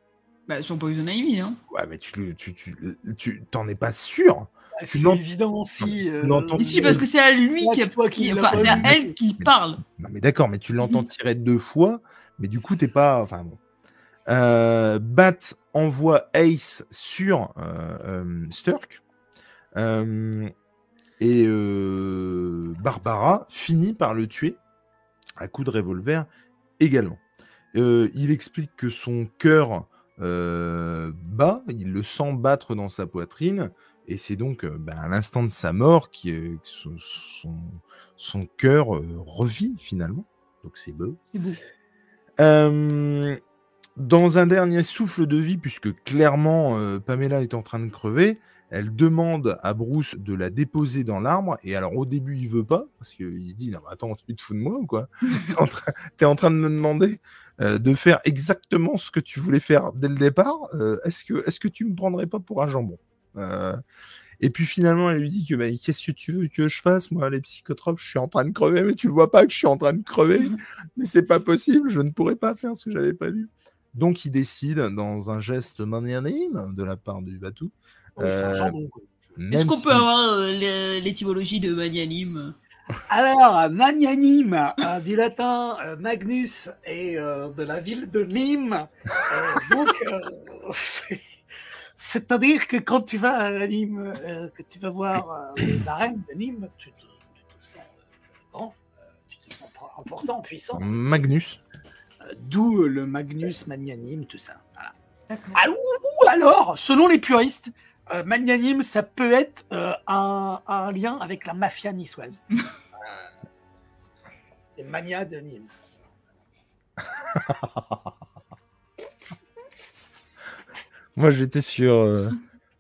Bah, sur Poison Ivy, hein. Ouais, mais tu le tu tu tu t'en es pas sûr. Bah, Tu c'est l'ent évident si. tu Euh, l'entends Mais si, parce que c'est à lui Toi, qui, a- toi qui qui- ne l'as enfin, pas c'est à vu. elle qui mais parle. non, mais d'accord, mais tu l'entends tirer deux fois, mais du coup, t'es pas enfin bon. Heu, Bat envoie Ace sur, heu, hem, Sturk, hem et heu, Barbara finit par le tuer à coups de revolver également. Heu, il explique que son cœur, heu, bat, il le sent battre dans sa poitrine et c'est donc, heu, bah, à l'instant de sa mort qui, heu, que son son son cœur, heu, revit finalement, donc c'est beau. C'est beau. Hem, dans un dernier souffle de vie, puisque clairement, heu, Pamela est en train de crever, elle demande à Bruce de la déposer dans l'arbre et alors au début il veut pas, parce qu'il se dit: «Non mais attends, tu te fous de moi ou quoi? Tu es en train tu es en train de me demander, heu, de faire exactement ce que tu voulais faire dès le départ, heu, est-ce que est-ce que tu me prendrais pas pour un jambon?» heu et puis finalement elle lui dit que: «Bah, qu'est-ce que tu veux que je fasse moi? Les psychotropes, je suis en train de crever, mais tu le vois pas que je suis en train de crever? Mais c'est pas possible, je ne pourrais pas faire ce que j'avais prévu». Donc il décide, dans un geste magnanime de la part du Batou, Oui, c'est un heu, jambon, quoi. Est-ce même qu'on peut si avoir euh, l'é- l'étymologie de magnanime? Alors, magnanime, euh, du latin euh, Magnus et euh, de la ville de Nîmes. Euh, donc, euh, c'est- c'est-à-dire que quand tu vas à Nîmes, euh, que tu vas voir euh, les arènes de Nîmes, tu te, tu te sens euh, grand, euh, tu te sens important, puissant. Magnus. Euh, D'où le Magnus magnanime, tout ça. Voilà. D'accord. Ah, ou, ou alors, selon les puristes, euh, magnanime, ça peut être euh, un, un lien avec la mafia niçoise. Les manias de Nîmes. Moi j'étais sur, heu,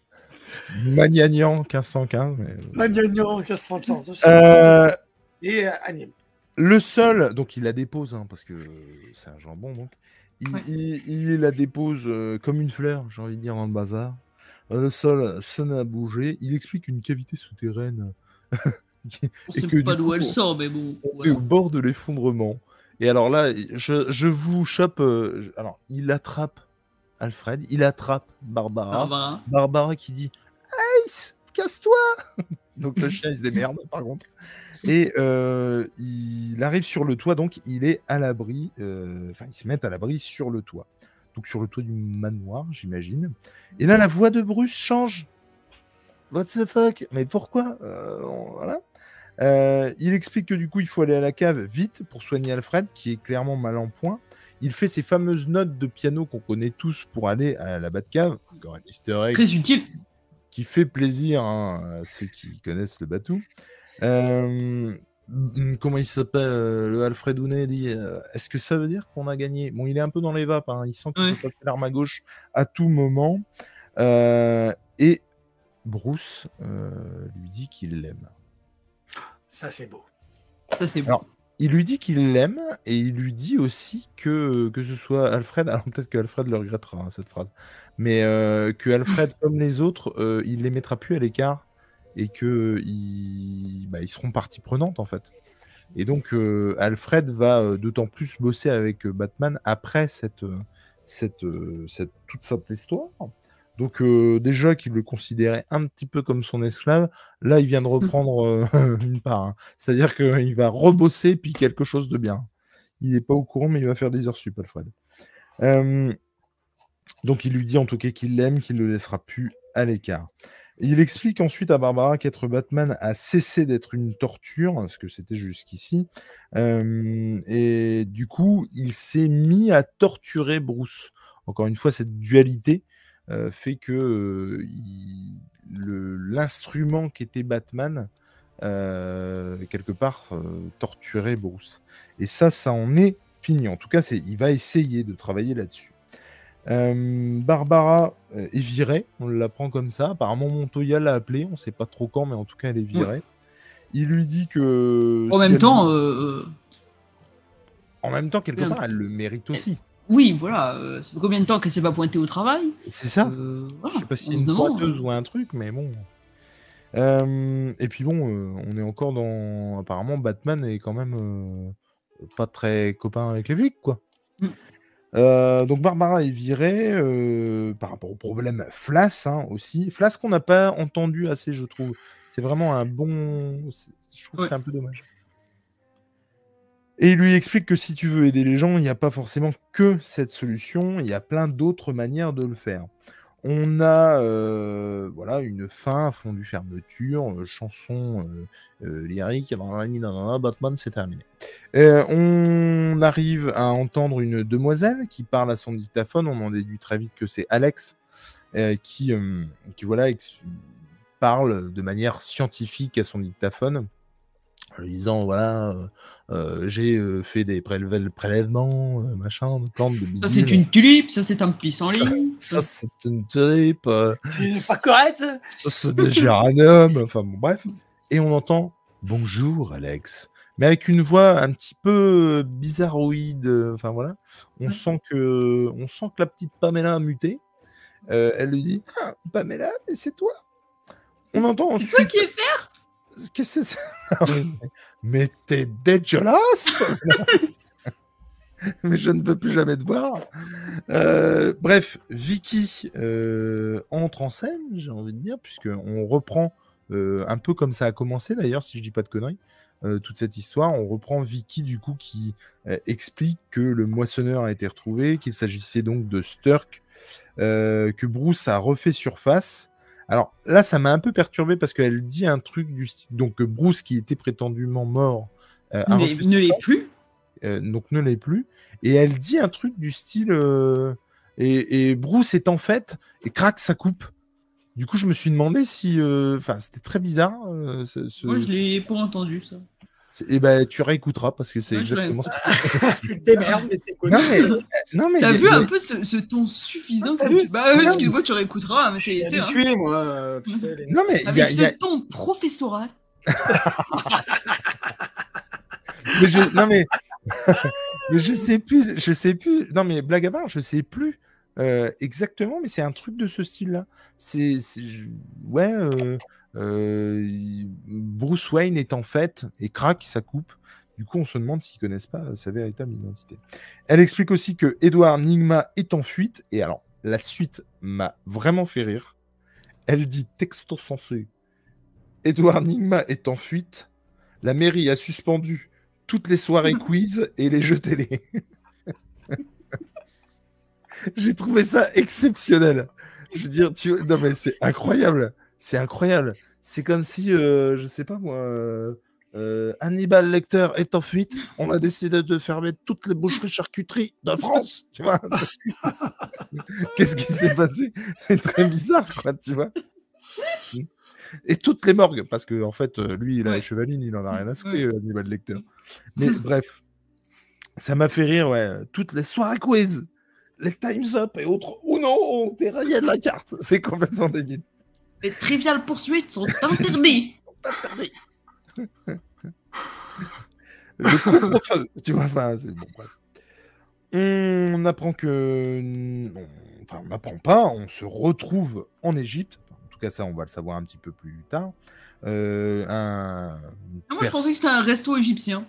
Magnagnan quinze cent quinze, mais Magnagnan, quinze cent quinze aussi. heu, Et euh, à Nîmes. le seul donc il la dépose, hein, parce que c'est un jambon donc. Il Ouais. il il la dépose, heu, comme une fleur, j'ai envie de dire, dans le bazar. Heu, le sol, ça n'a bougé. Il explique une cavité souterraine qui On et sait que pas du d'où coup, elle sort, mais bon, on est voilà. au bord de l'effondrement et alors là, je je vous chope, heu, j alors il attrape Alfred, il attrape Barbara. Barbara. Barbara qui dit: «Ace, casse-toi!» donc le chien, il se démerde par contre et heu, il arrive sur le toit, donc il est à l'abri, heu, enfin, ils se mettent à l'abri sur le toit. Donc sur le toit du manoir, j'imagine et là, la voix de Bruce change. What the fuck? Mais pourquoi? Heu, voilà. Heu, il explique que du coup, il faut aller à la cave vite pour soigner Alfred, qui est clairement mal en point. Il fait ces fameuses notes de piano qu'on connaît tous pour aller à la Batcave. Encore un easter egg Très utile. qui fait plaisir, hein, à ceux qui connaissent le Batou. Hem, mmh, comment il s'appelle, heu, le Alfred Ounet dit, heu: «Est-ce que ça veut dire qu'on a gagné?» Bon, il est un peu dans les vapes, hein, il sent qu'il Ouais. peut passer l'arme à gauche à tout moment, heu et Bruce, heu, lui dit qu'il l'aime. Ça, c'est beau. Ça, c'est beau. Alors, il lui dit qu'il l'aime et il lui dit aussi que, que ce soit Alfred, alors peut-être qu'Alfred le regrettera, hein, cette phrase, mais heu, que Alfred, comme les autres, heu, il les mettra plus à l'écart et qu'ils bah, ils seront partie prenante, en fait. Et donc, heu, Alfred va, heu, d'autant plus bosser avec, heu, Batman après cette, heu, cette, heu, cette toute cette histoire. Donc, heu, déjà qu'il le considérait un petit peu comme son esclave, là, il vient de reprendre, heu, une part, hein. C'est-à-dire qu'il va rebosser puis quelque chose de bien. Il est pas au courant, mais il va faire des heures sup, Alfred. Hem, donc il lui dit en tout cas qu'il l'aime, qu'il le laissera plus à l'écart. Il explique ensuite à Barbara qu'être Batman a cessé d'être une torture, ce que c'était jusqu'ici. Hem et du coup, il s'est mis à torturer Bruce. Encore une fois, cette dualité, heu, fait que, heu, il le l'instrument qu'était Batman, heu, quelque part, heu, torturait Bruce et ça, ça en est fini. En tout cas, c'est il va essayer de travailler là-dessus. Hem, Barbara, heu, est virée, on l'apprend comme ça. Apparemment Montoya l'a appelée, on sait pas trop quand, mais en tout cas elle est Ouais. virée. Il lui dit que En si même elle temps, euh, en même temps, quelque euh, part, elle le mérite elle- aussi. oui, voilà. euh, ça fait combien de temps qu'elle s'est pas pointée au travail? C'est ça. Euh, Je voilà, sais pas s'il on y a se une demande. pointeuse ou un truc, mais bon. Hem et puis bon, heu, on est encore dans apparemment Batman est quand même, heu, pas très copain avec les flics, quoi. Mm. Euh, donc Barbara est virée euh, par rapport au problème Flas hein, aussi. Flas qu'on n'a pas entendu assez, je trouve. C'est vraiment un bon... c'est- Je trouve que Ouais. c'est un peu dommage. Et il lui explique que si tu veux aider les gens, il n'y a pas forcément que cette solution, il y a plein d'autres manières de le faire. On a euh, voilà, une fin, fondue fermeture, euh, chanson euh, euh, lyrique, nanani, nanana, Batman, c'est terminé. Euh, on arrive à entendre une demoiselle qui parle à son dictaphone, on en déduit très vite que c'est Alex, euh, qui, euh, qui voilà, ex- parle de manière scientifique à son dictaphone en lui disant voilà, euh, euh, j'ai euh, fait des prélev- prélèvements, euh, machin, de plantes, de Ça, c'est bidules. une tulipe, ça, c'est un Ça, pissenlit. ça, c'est une tulipe. euh, C'est ça, pas correct. c'est des géraniums. Enfin bon, bref. Et on entend bonjour, Alex. Mais avec une voix un petit peu bizarroïde. euh, Enfin voilà. On Ouais. sent que, on sent que la petite Pamela a muté. Euh, elle lui dit ah, Pamela, mais c'est toi. On entend C'est toi ensuite. qui es fait. Qu'est-ce que c'est ça Ah oui, mais mais t'es dégueulasse Mais je ne veux plus jamais te voir. Euh, bref, Vicky euh, entre en scène, j'ai envie de dire, puisqu'on reprend euh, un peu comme ça a commencé d'ailleurs, si je dis pas de conneries, euh, toute cette histoire. On reprend Vicky du coup qui euh, explique que le moissonneur a été retrouvé, qu'il s'agissait donc de Sturk, euh, que Bruce a refait surface. Alors là, ça m'a un peu perturbé parce qu'elle dit un truc du style. Donc que Bruce, qui était prétendument mort, euh, a Ne refait l'est- ne l'est surface, plus. euh, donc ne l'est plus. Et elle dit un truc du style. euh, et, et Bruce est en fait. Et crac, ça coupe. Du coup, je me suis demandé si. Enfin, euh, c'était très bizarre. Euh, ce, Moi, ce, je l'ai pas entendu, ça. et ben, tu réécouteras parce que c'est Moi, je l'ai- exactement ça. Tu te démerdes, mais t'écoutes. Non, mais. euh, Non, mais. T'as y a- vu y a- un peu ce, ce ton suffisant T'as que vu tu... Bah, euh, Non, excuse-moi, tu réécouteras, mais Je suis c'est été, hein. habitué, moi. euh, Tu sais, les... Non, mais. y Avec a- ce y a- ton professoral. mais je, non mais, mais je sais plus, je sais plus. Non mais blague à part, je sais plus euh, exactement, mais c'est un truc de ce style-là. C'est, c'est- je- ouais, euh, euh, il- Bruce Wayne est en fait et crac, ça coupe. Du coup, on se demande s'ils connaissent pas sa véritable identité. Elle explique aussi que Edward Nigma est en fuite et alors la suite m'a vraiment fait rire. Elle dit texto sensé, Edward Nigma est en fuite. La mairie a suspendu toutes les soirées quiz et les jeux télé. J'ai trouvé ça exceptionnel. Je veux dire, tu... non mais c'est incroyable. C'est incroyable. C'est comme si, euh, je sais pas moi, euh, euh, Hannibal Lecter est en fuite. On a décidé de fermer toutes les boucheries charcuteries de France. Tu vois Qu'est-ce qui s'est passé? C'est très bizarre, quoi, tu vois. Et toutes les morgues, parce que en fait, euh, lui, il a Ouais. Chevaline, il en a rien à secouer, Ouais. euh, Hannibal Lecter. Mais bref, ça m'a fait rire, ouais. Toutes les soirées quiz, les Time's Up et autres Uno ont été rayés de la carte. C'est complètement débile. Les triviales poursuites sont interdites. Interdit. Le couvre-feu, tu vois, enfin, c'est bon, bref. On apprend que... on- Enfin, on n'apprend pas, on se retrouve en Égypte. En tout cas, ça, on va le savoir un petit peu plus tard. Euh, un... Ah, moi, je pensais que c'était un resto égyptien.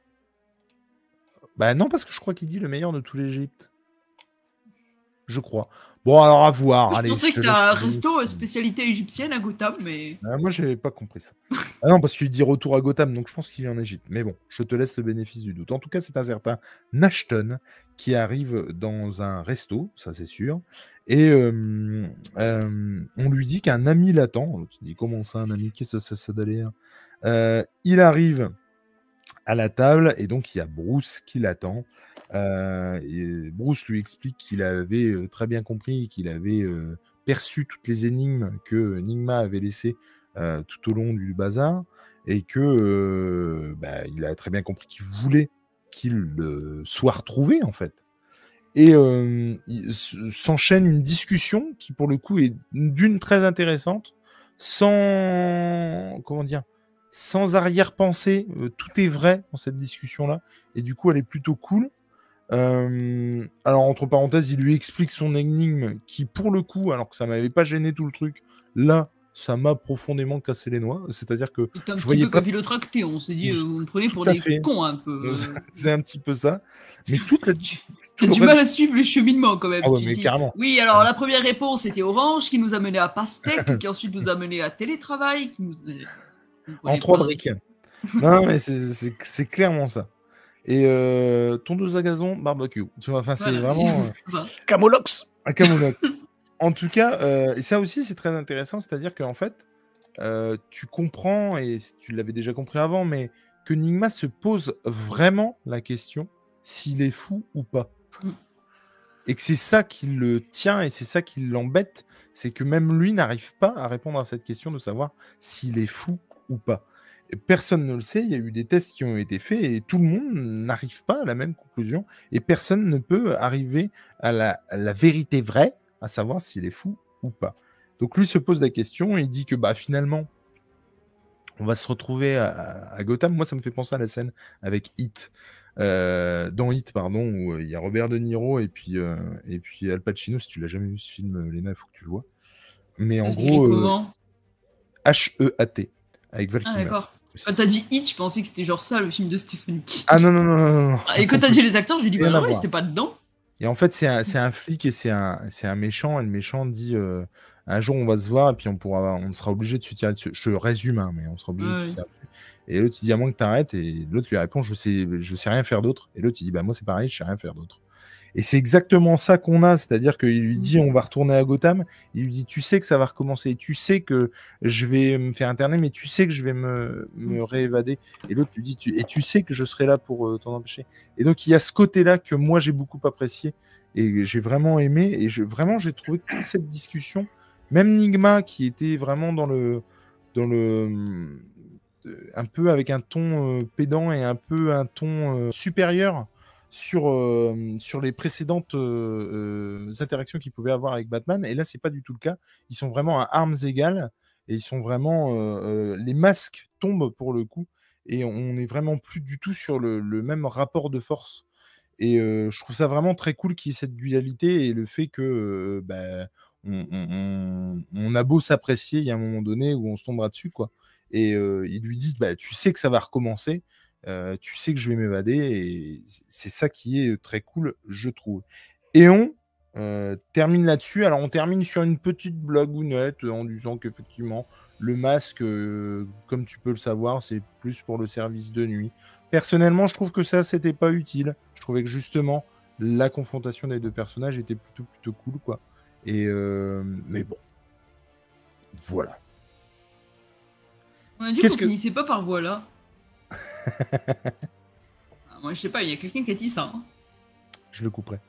Bah non, parce que je crois qu'il dit le meilleur de tout l'Égypte. Je crois. Bon, alors à voir. Je Allez, pensais je que te c'était un laisse- resto spécialité égyptienne à Gotham, mais... Ah, moi, j'avais pas compris ça. Ah non, parce qu'il dit retour à Gotham, donc je pense qu'il est en Égypte. Mais bon, je te laisse le bénéfice du doute. En tout cas, c'est un certain Nashton qui arrive dans un resto, ça c'est sûr. Et euh, euh, on lui dit qu'un ami l'attend. Tu dis comment ça, un ami? Qu'est-ce que ça, ça d'aller euh, Il arrive à la table et donc il y a Bruce qui l'attend. Euh, et Bruce lui explique qu'il avait euh, très bien compris, qu'il avait euh, perçu toutes les énigmes que Nigma avait laissées euh, tout au long du bazar et que euh, bah, il a très bien compris qu'il voulait qu'il euh, soit retrouvé en fait. Et euh, il s- s'enchaîne une discussion qui pour le coup est d'une très intéressante, sans comment dire, sans arrière-pensée. Euh, tout est vrai dans cette discussion-là et du coup elle est plutôt cool. Euh, alors, entre parenthèses, il lui explique son énigme qui, pour le coup, alors que ça m'avait pas gêné tout le truc, là, ça m'a profondément cassé les noix. C'est-à-dire que C'était un je petit voyais peu pas. capillotracté, on s'est dit, Tout euh, vous me prenez pour à des fait. cons un peu. euh. C'est un petit peu ça. Mais toute la, Tu tout as le du reste. mal à suivre le cheminement quand même. Ah ouais, Tu mais dis, carrément. oui, alors la première réponse était Orange, qui nous a mené à Pastèque, qui ensuite nous a mené à Télétravail, qui nous. Vous En voyez trois pas. briques. Non, mais c'est- c'est c'est clairement ça. Et euh, tondeuse à gazon, barbecue. Tu vois, enfin, c'est Voilà, vraiment euh, c'est ça. Camolox. un camoulox. En tout cas, euh, et ça aussi, c'est très intéressant. C'est-à-dire qu'en fait, euh, tu comprends, et tu l'avais déjà compris avant, mais que Nigma se pose vraiment la question s'il est fou ou pas. Mm. Et que c'est ça qui le tient et c'est ça qui l'embête, c'est que même lui n'arrive pas à répondre à cette question de savoir s'il est fou ou pas. Et personne ne le sait, il y a eu des tests qui ont été faits et tout le monde n'arrive pas à la même conclusion et personne ne peut arriver à la, à la vérité vraie, à savoir s'il est fou ou pas. Donc lui se pose la question et il dit que bah finalement on va se retrouver à, à Gotham. Moi ça me fait penser à la scène avec Hit. Euh, dans Hit, pardon, où euh, il y a Robert De Niro et puis, euh, et puis Al Pacino. Si tu l'as jamais vu ce film, euh, Léna, il faut que tu le vois. Mais en Ça s'écrit gros, euh, comment H E A T, avec Val Ah Kilmer. d'accord. aussi. Quand t'as dit Hit, je pensais que c'était genre ça, le film de Stephen King. Ah non, non, non, non, non. Ah, et quand t'as dit les acteurs, j'ai dit, Rien bah à non, ouais, voir. c'était pas dedans. Et en fait, c'est un, c'est un flic et c'est un, c'est un méchant. Et le méchant dit euh, un jour, on va se voir et puis on, pourra, on sera obligé de se tirer dessus. Je te résume, hein, mais on sera obligé de se Ouais. tirer dessus. Et l'autre, il dit à moins que t'arrêtes. Et l'autre lui répond, je sais, je sais rien faire d'autre. Et l'autre, il dit, bah moi, c'est pareil, je sais rien faire d'autre. Et c'est exactement ça qu'on a, c'est-à-dire qu'il lui dit on va retourner à Gotham, il lui dit tu sais que ça va recommencer, tu sais que je vais me faire interner, mais tu sais que je vais me, me réévader. Et l'autre lui dit tu, et tu sais que je serai là pour euh, t'en empêcher. Et donc il y a ce côté-là que moi j'ai beaucoup apprécié et j'ai vraiment aimé et je, vraiment j'ai trouvé toute cette discussion, même Nigma qui était vraiment dans le dans le un peu avec un ton euh, pédant et un peu un ton euh, supérieur sur, euh, sur les précédentes euh, euh, interactions qu'ils pouvaient avoir avec Batman. Et là, c'est pas du tout le cas. Ils sont vraiment à armes égales et ils sont vraiment. Euh, euh, les masques tombent pour le coup et on n'est vraiment plus du tout sur le, le même rapport de force. Et euh, je trouve ça vraiment très cool qu'il y ait cette dualité et le fait que euh, bah, on, on, on, on a beau s'apprécier, il y a un moment donné où on se tombera dessus, quoi. Et euh, il lui dit, bah, tu sais que ça va recommencer. Euh, tu sais que je vais m'évader et c'est ça qui est très cool, je trouve. Et on euh, termine là-dessus. Alors, on termine sur une petite blagounette en disant qu'effectivement, le masque, euh, comme tu peux le savoir, c'est plus pour le service de nuit. Personnellement, je trouve que ça, c'était pas utile. Je trouvais que justement, la confrontation des deux personnages était plutôt, plutôt cool, quoi. Et euh, mais bon, voilà. On a dit Qu'est-ce qu'on que- finissait pas par voilà. Ah, moi, je sais pas, il y a quelqu'un qui a dit ça. hein. Je le couperai.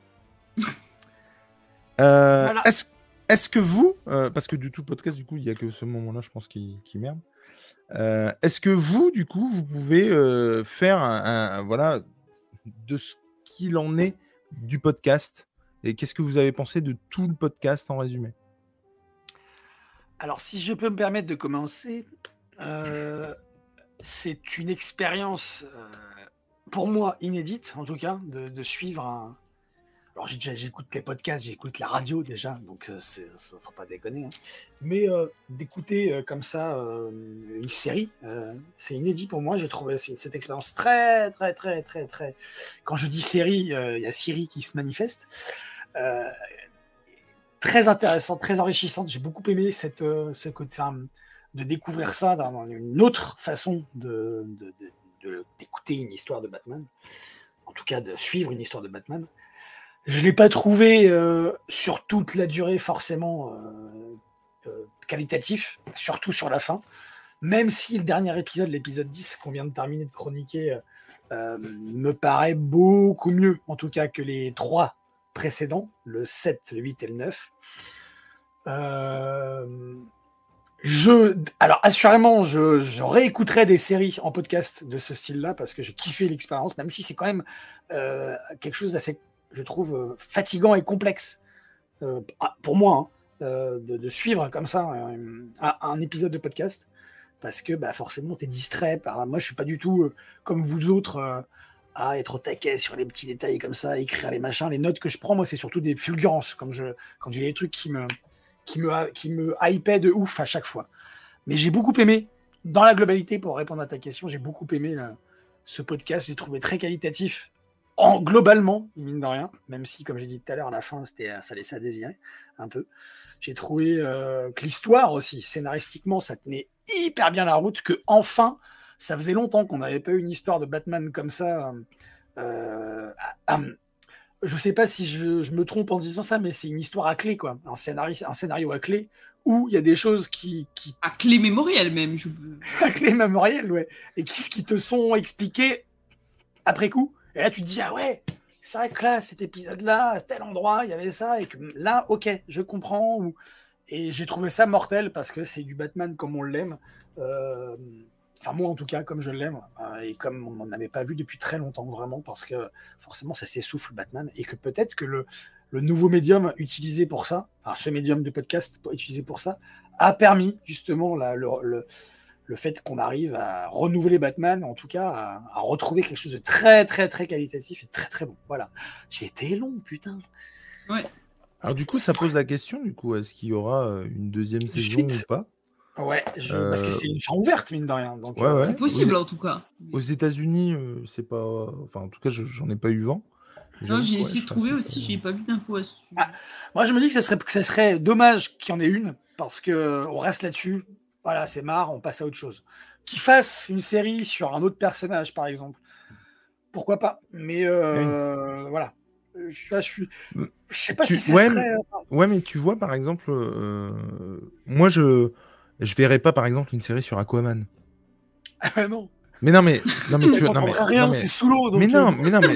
Euh, Voilà. Est-ce est-ce que vous, euh, parce que du tout podcast, du coup, il y a que ce moment-là, je pense, qui, qui merde. Euh, Est-ce que vous, du coup, vous pouvez euh, faire un, un- un- voilà, de ce qu'il en est du podcast et qu'est-ce que vous avez pensé de tout le podcast en résumé? Alors, si je peux me permettre de commencer, euh, c'est une expérience, euh, pour moi, inédite, en tout cas, de, de suivre un. Alors, j'ai déjà- j'écoute les podcasts, j'écoute la radio déjà, donc euh, c'est, ça ne faut pas déconner. hein. Mais euh, d'écouter euh, comme ça euh, une série, euh, c'est inédit pour moi. J'ai trouvé c'est- cette expérience très, très, très, très, très. Quand je dis série, euh, il y a Siri qui se manifeste. Euh, très intéressante, très enrichissante. J'ai beaucoup aimé cette, euh, ce côté, enfin, de découvrir ça dans une autre façon de, de- de- de- d'écouter une histoire de Batman. En tout cas, de suivre une histoire de Batman. Je ne l'ai pas trouvé euh, sur toute la durée forcément euh, euh, qualitatif, surtout sur la fin. Même si le dernier épisode, l'épisode dix, qu'on vient de terminer de chroniquer, euh, euh, me paraît beaucoup mieux, en tout cas, que les trois précédents, le sept, le huit et le neuf. Euh, je, alors, assurément, je, je réécouterai des séries en podcast de ce style-là parce que j'ai kiffé l'expérience, même si c'est quand même euh, quelque chose d'assez, je trouve, euh, fatigant et complexe euh, pour moi hein, euh, de, de suivre comme ça un, un, un épisode de podcast parce que bah, forcément, tu es distrait par. Moi, je suis pas du tout euh, comme vous autres. Euh, à être au taquet sur les petits détails comme ça, écrire les machins. Les notes que je prends, moi, c'est surtout des fulgurances. Comme je, quand j'ai des trucs qui me, qui me, qui me hypaient de ouf à chaque fois. Mais j'ai beaucoup aimé, dans la globalité, pour répondre à ta question, j'ai beaucoup aimé là, ce podcast. J'ai trouvé très qualitatif, en, globalement, mine de rien, même si, comme j'ai dit tout à l'heure, à la fin, c'était, ça laissait à désirer un peu. J'ai trouvé euh, que l'histoire aussi, scénaristiquement, ça tenait hyper bien la route, que enfin, ça faisait longtemps qu'on n'avait pas eu une histoire de Batman comme ça. Euh, à, à, je sais pas si je, je me trompe en disant ça, mais c'est une histoire à clé, quoi. Un scénario, un scénario à clé où il y a des choses qui, qui... à clé mémorielle même. Je... à clé mémorielle, ouais, et qui, qui te sont expliquées après coup. Et là, tu te dis ah ouais, c'est vrai que là, cet épisode-là, à tel endroit, il y avait ça, et que là, ok, je comprends. Ou... Et j'ai trouvé ça mortel parce que c'est du Batman comme on l'aime. Euh... Enfin, moi, en tout cas, comme je l'aime, euh, et comme on n'en avait pas vu depuis très longtemps, vraiment, parce que forcément, ça s'essouffle, Batman, et que peut-être que le, le nouveau médium utilisé pour ça, enfin, ce médium de podcast utilisé pour ça, a permis, justement, la, le, le, le fait qu'on arrive à renouveler Batman, en tout cas, à, à retrouver quelque chose de très, très, très qualitatif et très, très bon. Voilà. J'ai été long, putain. Ouais. Alors, du coup, ça pose la question, du coup, est-ce qu'il y aura une deuxième saison Suite. ou pas? Ouais, je... Euh, parce que c'est une fin ouverte, mine de rien. Donc, ouais, euh, ouais. C'est possible, Aux, en tout cas. aux États-Unis, euh, c'est pas. Enfin, en tout cas, je, j'en ai pas eu vent. Non, j'ai ouais, essayé de trouver aussi, j'ai pas vu d'infos à ce sujet. Ah, moi, je me dis que ça serait, que ça serait dommage qu'il y en ait une, parce qu'on reste là-dessus. Voilà, c'est marre, on passe à autre chose. Qu'ils fassent une série sur un autre personnage, par exemple. Pourquoi pas? Mais euh, oui. Voilà. Je, je, suis... je sais pas tu... si ça ouais, serait. Mais... Ouais, mais tu vois, par exemple, euh... moi, je je verrais pas, par exemple, une série sur Aquaman. Ah ben non. Mais non, mais non, mais tu non, mais rien, non, mais... c'est sous l'eau. Donc mais non, euh... mais non, mais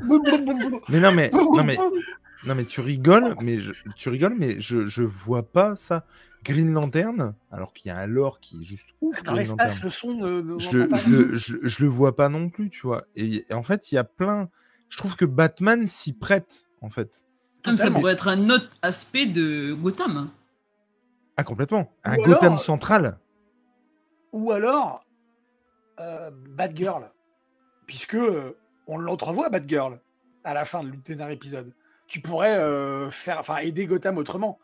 mais non, mais non, mais non, mais tu rigoles, mais je... tu rigoles, mais je je vois pas ça. Green Lantern, alors qu'il y a un lore qui est juste ouf. Dans l'espace, le son ne, ne je, pas je, je, je le vois pas non plus, tu vois. Et, et en fait, il y a plein. Je trouve que Batman s'y prête, en fait. Comme ça pourrait être un autre aspect de Gotham. Ah, complètement. Un ou Gotham alors, central. Ou alors, euh, Batgirl. Puisque euh, on l'entrevoit, Batgirl, à la fin de le dernier épisode. Tu pourrais euh, faire, enfin, aider Gotham autrement.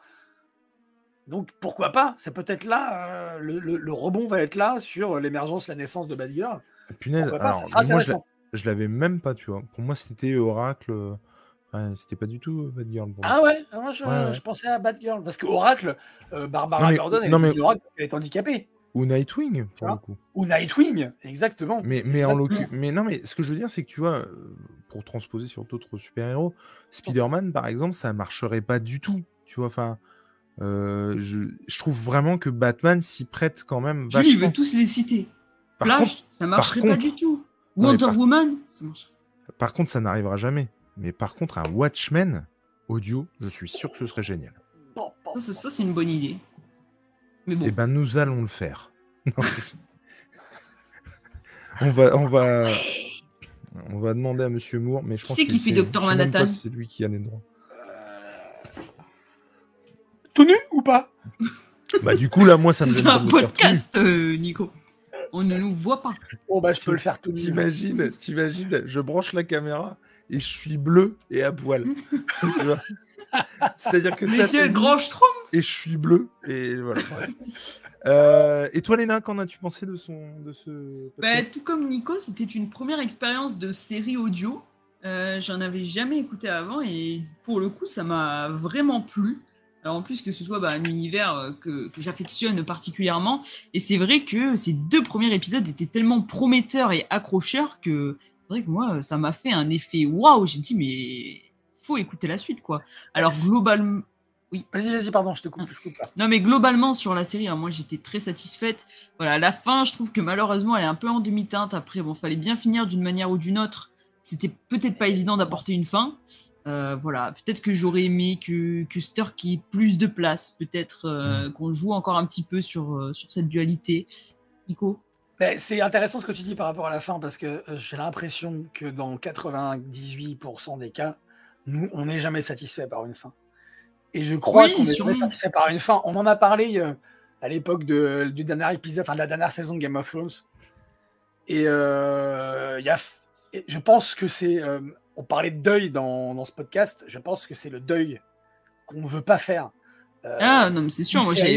Donc pourquoi pas? Ça peut être là, euh, le, le, le rebond va être là sur l'émergence, la naissance de Batgirl. Punaise, pourquoi pas? alors, Ça sera intéressant. Moi, je, je l'avais même pas, tu vois. Pour moi, c'était Oracle. Enfin, c'était pas du tout Batgirl. Pour ah ouais, moi je, ouais, ouais. je pensais à Batgirl parce que Oracle, euh, Barbara mais, Gordon, elle non, est mais... Oracle parce qu'elle est handicapée. Ou Nightwing, pour le coup. Ou Nightwing, exactement. Mais, mais exactement. en l'occurrence, mais non, mais ce que je veux dire, c'est que tu vois, pour transposer sur d'autres super-héros, Spider-Man, par exemple, ça marcherait pas du tout, tu vois. Enfin, euh, je, je trouve vraiment que Batman s'y prête quand même vachement. Julie veut tous les citer. Par Flash, contre, ça marcherait par pas contre, du tout. non, Wonder par, Woman, ça marcherait. Par contre, ça n'arrivera jamais. Mais par contre, un Watchmen audio, je suis sûr que ce serait génial. Ça, ça c'est une bonne idée. Mais bon. Eh ben, nous allons le faire. on va, on va, on va demander à Monsieur Moore, mais je pense qui que c'est qui fait Docteur Manhattan. C'est lui qui a les droits. Euh... Tout nu ou pas? Bah du coup là, moi ça me. C'est un podcast, euh, Nico. On ne nous voit pas. Oh bah je peux le faire tout nu. T'imagines, t'imagines, je branche la caméra et je suis bleu et à poil. Tu vois. C'est-à-dire que mais ça c'est le grand schtroumpf. Et je suis bleu et voilà. euh, et toi Léna, qu'en as-tu pensé de son de ce bah, tout comme Nico, c'était une première expérience de série audio. Euh, j'en avais jamais écouté avant et pour le coup, ça m'a vraiment plu. Alors en plus que ce soit bah, un univers que, que j'affectionne particulièrement. Et c'est vrai que ces deux premiers épisodes étaient tellement prometteurs et accrocheurs que c'est vrai que moi, ça m'a fait un effet waouh. J'ai dit, mais faut écouter la suite, quoi. Alors globalement... Oui. Vas-y, vas-y, pardon, je te coupe, je coupe pas. Non, mais globalement, sur la série, hein, moi, j'étais très satisfaite. Voilà, à la fin, je trouve que malheureusement, elle est un peu en demi-teinte. Après, bon, fallait bien finir d'une manière ou d'une autre. C'était peut-être pas évident d'apporter une fin. Euh, voilà, peut-être que j'aurais aimé que, que Stark ait plus de place. Peut-être euh, qu'on joue encore un petit peu sur, euh, sur cette dualité. Nico ? Ben, c'est intéressant ce que tu dis par rapport à la fin, parce que euh, j'ai l'impression que dans quatre-vingt-dix-huit pour cent des cas, nous, on n'est jamais satisfait par une fin. Et je crois oui, qu'on est jamais satisfait par une fin. On en a parlé euh, à l'époque de, du dernier épisode, enfin de la dernière saison de Game of Thrones. Et, euh, y a, et je pense que c'est... Euh, on parlait de deuil dans, dans ce podcast. Je pense que c'est le deuil qu'on ne veut pas faire. Euh, ah non, mais c'est sûr. Moi, j'avais,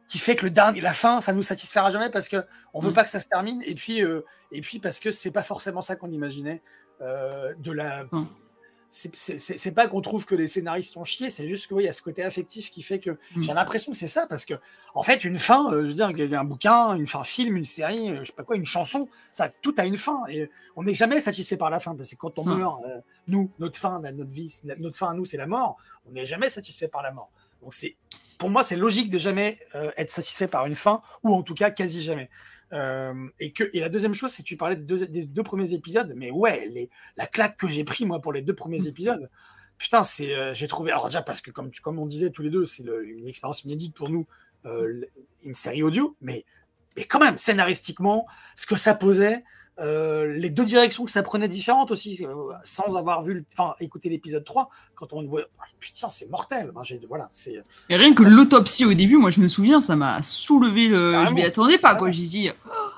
qui fait que le dernier, la fin, ça nous satisfera jamais parce que on veut Mm. pas que ça se termine et puis euh, et puis parce que c'est pas forcément ça qu'on imaginait euh, de la. Ça. C'est- C'est c'est- c'est pas qu'on trouve que les scénaristes ont chié, c'est juste que oui, il y a ce côté affectif qui fait que Mm. j'ai l'impression que c'est ça parce que en fait une fin, euh, je veux dire, il y a un bouquin, une fin film, une série, euh, je sais pas quoi, une chanson, ça tout a une fin et on n'est jamais satisfait par la fin parce que quand on Ça. meurt, euh, nous, notre fin, notre vie, notre fin à nous, c'est la mort. On n'est jamais satisfait par la mort. Donc c'est, pour moi, c'est logique de jamais euh, être satisfait par une fin ou en tout cas quasi jamais. Euh, et que et la deuxième chose, c'est que tu parlais des deux, des deux premiers épisodes, mais ouais, les, la claque que j'ai pris moi pour les deux premiers épisodes, putain, c'est euh, j'ai trouvé. Alors déjà parce que comme tu- comme on disait tous les deux, c'est le- une expérience inédite pour nous, euh, une série audio, mais mais quand même scénaristiquement, ce que ça posait, euh, les deux directions que ça prenait différentes aussi, euh, sans avoir vu, le- enfin écouter l'épisode trois, quand on voit, putain, c'est mortel. Enfin, j'ai- voilà, c'est Et rien que l'autopsie au début, moi je me souviens, ça m'a soulevé le. Je m'y Carrément. attendais pas, quoi. Carrément. J'ai dit.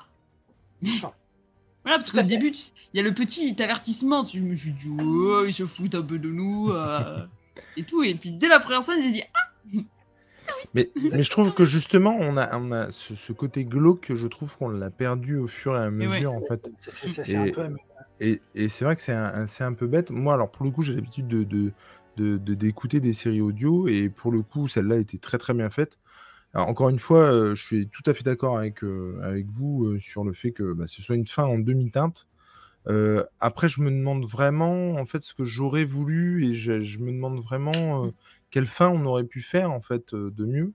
bien sûr. Voilà, parce Tout à qu'au fait. début, tu sais, il y a le petit avertissement. Tu me suis dit, oh, ils se foutent un peu de nous. euh, et tout. Et puis dès la première scène, j'ai dit, ah, Mais, mais je trouve que justement, on a, on a ce, ce côté glauque, je trouve qu'on l'a perdu au fur et à Et ouais. mesure, en fait. C'est- c'est- c'est- c'est un Et, peu. et, et c'est vrai que c'est un, un- c'est un peu bête. Moi, alors pour le coup, j'ai l'habitude de, de, de- de- d'écouter des séries audio, et pour le coup, celle-là était très très bien faite. Alors, encore une fois, euh, je suis tout à fait d'accord avec, euh, avec vous euh, sur le fait que bah, ce soit une fin en demi-teinte. Euh, après, je me demande vraiment, en fait, ce que j'aurais voulu, et je, je me demande vraiment euh, quelle fin on aurait pu faire, en fait, euh, de mieux.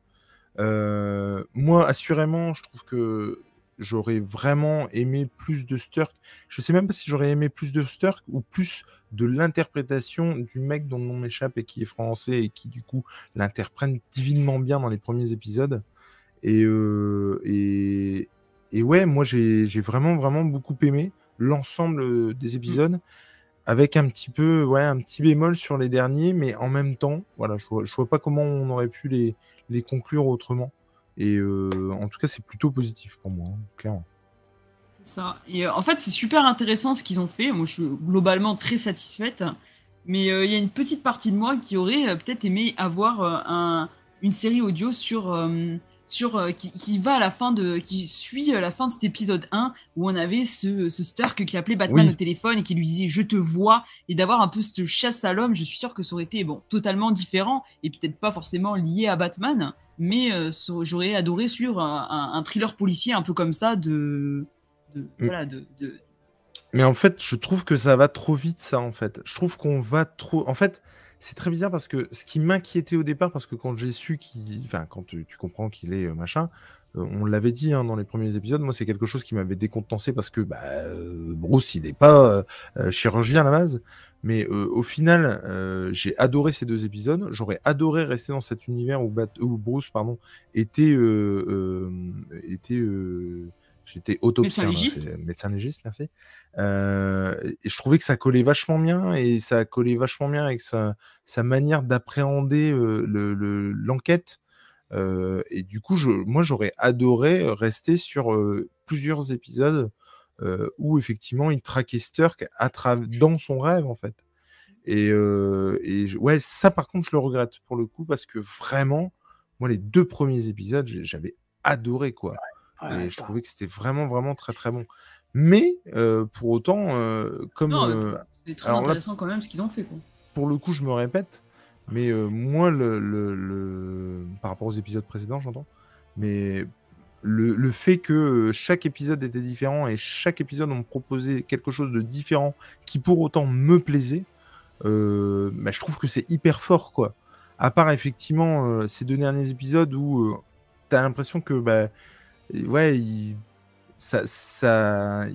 Euh, moi, assurément, je trouve que j'aurais vraiment aimé plus de Sturk. Je sais même pas si j'aurais aimé plus de Sturk ou plus de l'interprétation du mec dont le nom m'échappe et qui est français et qui, du coup, l'interprète divinement bien dans les premiers épisodes. Et, euh, et, et ouais, moi, j'ai j'ai vraiment, vraiment beaucoup aimé l'ensemble euh, des épisodes, avec un petit peu, ouais, un petit bémol sur les derniers, mais en même temps, voilà, je vois, je vois pas comment on aurait pu les, les conclure autrement. Et euh, en tout cas, c'est plutôt positif pour moi, hein, clairement. c'est ça. Et euh, en fait, c'est super intéressant ce qu'ils ont fait. Moi, je suis globalement très satisfaite. Mais euh, il y a une petite partie de moi qui aurait euh, peut-être aimé avoir euh, un, une série audio sur, euh, sur euh, qui, qui va à la fin de, qui suit euh, la fin de cet épisode un où on avait ce, ce Sturk qui appelait Batman Oui. au téléphone et qui lui disait je te vois, et d'avoir un peu cette chasse à l'homme. Je suis sûr que ça aurait été bon totalement différent et peut-être pas forcément lié à Batman, mais euh, ça- j'aurais adoré suivre un, un- un thriller policier un peu comme ça de, de Mm. voilà de, de- Mais en fait, je trouve que ça va trop vite, ça, en fait. Je trouve qu'on va trop... En fait, c'est très bizarre parce que ce qui m'inquiétait au départ, parce que quand j'ai su qu'il... Enfin, quand tu, tu comprends qu'il est euh, machin, euh, on l'avait dit hein, dans les premiers épisodes, moi, c'est quelque chose qui m'avait décontenancé parce que bah, euh, Bruce, il n'est pas euh, euh, chirurgien à la base. Mais euh, au final, euh, j'ai adoré ces deux épisodes. J'aurais adoré rester dans cet univers où, Bat- où Bruce pardon, était... euh, euh, était euh, J'étais autopsien, là, légiste. c'est médecin légiste, merci. Euh, et je trouvais que ça collait vachement bien, et ça collait vachement bien avec sa, sa manière d'appréhender euh, le- le- l'enquête. Euh, et du coup, je, moi, j'aurais adoré rester sur euh, plusieurs épisodes euh, où effectivement il traquait Sturk à tra- dans son rêve, en fait. Et, euh, et je- ouais, ça, par contre, je le regrette pour le coup, parce que vraiment, moi, les deux premiers épisodes, j'ai- j'avais adoré, quoi. Ouais, Et je pas- trouvais que c'était vraiment, vraiment très, très bon. Mais euh, pour autant, euh, comme... Non, mais euh, pour- c'est très alors là, intéressant quand même ce qu'ils ont fait, quoi. pour le coup, je me répète, mais euh, moi, le, le- le- par rapport aux épisodes précédents, j'entends, mais le, le fait que euh, chaque épisode était différent et chaque épisode, on me proposait quelque chose de différent qui pour autant me plaisait, euh, bah, je trouve que c'est hyper fort, quoi. À part effectivement euh, ces deux derniers épisodes où euh, t'as l'impression que, bah, ouais, il- ça, ça, il-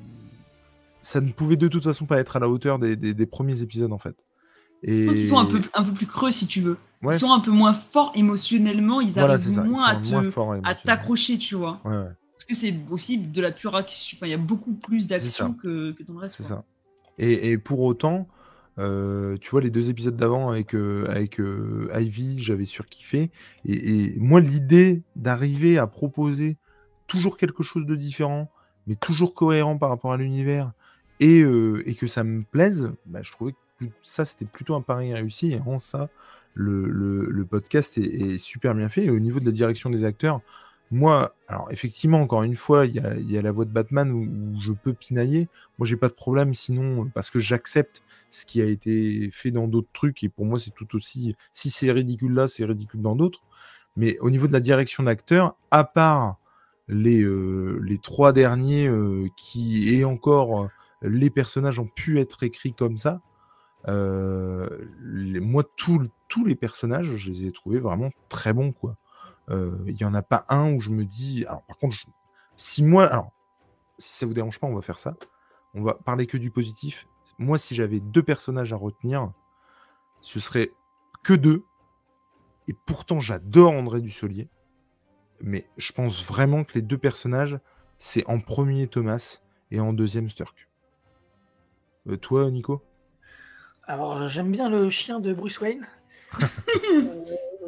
ça ne pouvait de toute façon pas être à la hauteur des, des- des premiers épisodes, en fait. Je trouve qu'ils sont un peu, Et un peu plus creux, si tu veux. ouais, Ils sont un peu moins forts émotionnellement, ils voilà, arrivent c'est ça. Ils moins à sont moins te, forts à émotionnellement. t'accrocher, tu vois. Ouais, ouais, Parce que c'est aussi de la pure action. Enfin, il y a beaucoup plus c'est d'action ça. que, que dans le reste. C'est quoi. ça. Et, et pour autant, euh, tu vois, les deux épisodes d'avant avec, euh, avec euh, Ivy, j'avais surkiffé. Et, et moi, l'idée d'arriver à proposer toujours quelque chose de différent, mais toujours cohérent par rapport à l'univers, et, euh, et que ça me plaise, bah, je trouvais que ça, c'était plutôt un pari réussi. Et en ça, le, le, le podcast est, est super bien fait. Et au niveau de la direction des acteurs, moi, alors effectivement, encore une fois, il y a, y a la voix de Batman où, où je peux pinailler. Moi, j'ai pas de problème sinon, parce que j'accepte ce qui a été fait dans d'autres trucs. Et pour moi, c'est tout aussi... Si c'est ridicule là, c'est ridicule dans d'autres. Mais au niveau de la direction d'acteurs, à part les, euh, les trois derniers euh, qui, et encore, euh, les personnages ont pu être écrits comme ça, euh, les, moi, tout, tous les personnages, je les ai trouvés vraiment très bons, quoi. Il euh, y en a pas un où je me dis... Alors, par contre, je... si moi... Alors, si ça vous dérange pas, on va faire ça. On va parler que du positif. Moi, si j'avais deux personnages à retenir, ce serait que deux. Et pourtant, j'adore André Dussolier. Mais je pense vraiment que les deux personnages, c'est en premier Thomas et en deuxième Sturck. Euh, toi, Nico ? Alors, j'aime bien le chien de Bruce Wayne. euh...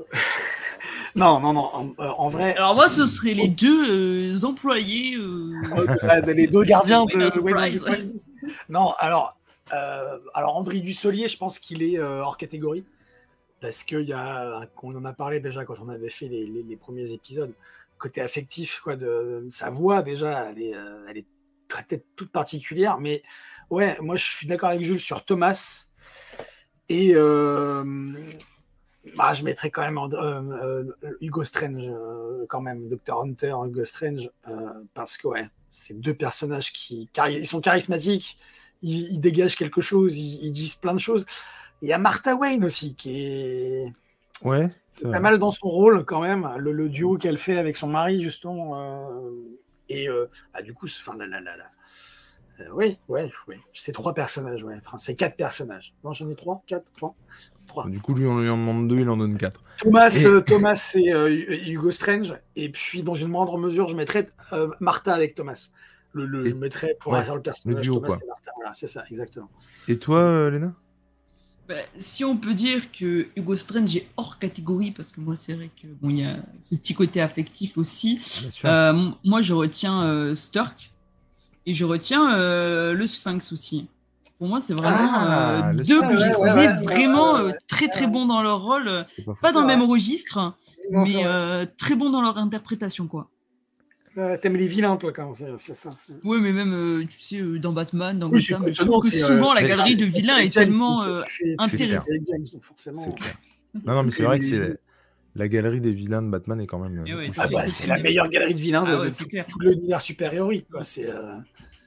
Non, non, non, en, euh, en vrai... Alors moi, ce serait les deux euh, employés... Euh... Euh, les deux gardiens de Wayne Enterprises. Non, alors, euh, alors André Dussolier, je pense qu'il est euh, hors catégorie. Parce qu'il y a, on en a parlé déjà quand on avait fait les, les, les premiers épisodes, côté affectif, quoi, de, de sa voix déjà, elle est, euh, elle est très, toute particulière. Mais ouais, moi je suis d'accord avec Jules sur Thomas. Et... Euh, Bah, je mettrais quand même euh, euh, Hugo Strange, euh, quand même, docteur Hunter, Hugo Strange, euh, parce que ouais, c'est deux personnages qui ils sont charismatiques, ils, ils dégagent quelque chose, ils, ils disent plein de choses. Il y a Martha Wayne aussi, qui est, ouais, qui est pas mal dans son rôle quand même, le, le duo qu'elle fait avec son mari, justement. Euh, et euh, bah, du coup, enfin, là, là, là, là. Euh, oui, ouais, ouais, c'est trois personnages, ouais. Enfin, c'est quatre personnages. Non, j'en ai trois, quatre, trois. trois. Du coup, lui, on lui en demande deux, il en donne quatre. Thomas, et... euh, Thomas et euh, Hugo Strange. Et puis, dans une moindre mesure, je mettrais euh, Martha avec Thomas. Le, le, et... Je mettrais pour ouais, le personnage le duo, Thomas quoi. Et Martha. Voilà, c'est ça, exactement. Et toi, euh, Léna ? Bah, si on peut dire que Hugo Strange est hors catégorie, parce que moi, c'est vrai qu'il bon, y a ce petit côté affectif aussi. Euh, moi, je retiens euh, Sturck. Et je retiens euh, le Sphinx aussi. Pour moi, c'est vraiment ah, euh, deux que j'ai ouais, trouvé ouais, ouais, vraiment ouais, ouais, ouais. très très bons dans leur rôle. Pas, pas dans le même registre, non, mais euh, très bons dans leur interprétation, quoi. Euh, T'aimes les vilains, toi, quand c'est, c'est ça. C'est... Oui, mais même, euh, tu sais, dans Batman, dans oui, Gotham, je trouve que souvent euh, la galerie de vilains est tellement euh, intéressante. C'est clair. Non, non, mais c'est vrai que c'est... La galerie des vilains de Batman est quand même... Ouais, ah bah, c'est la meilleure galerie de vilains ah de, ouais, de tout, tout l'univers super-héroïque. Quoi. C'est, euh...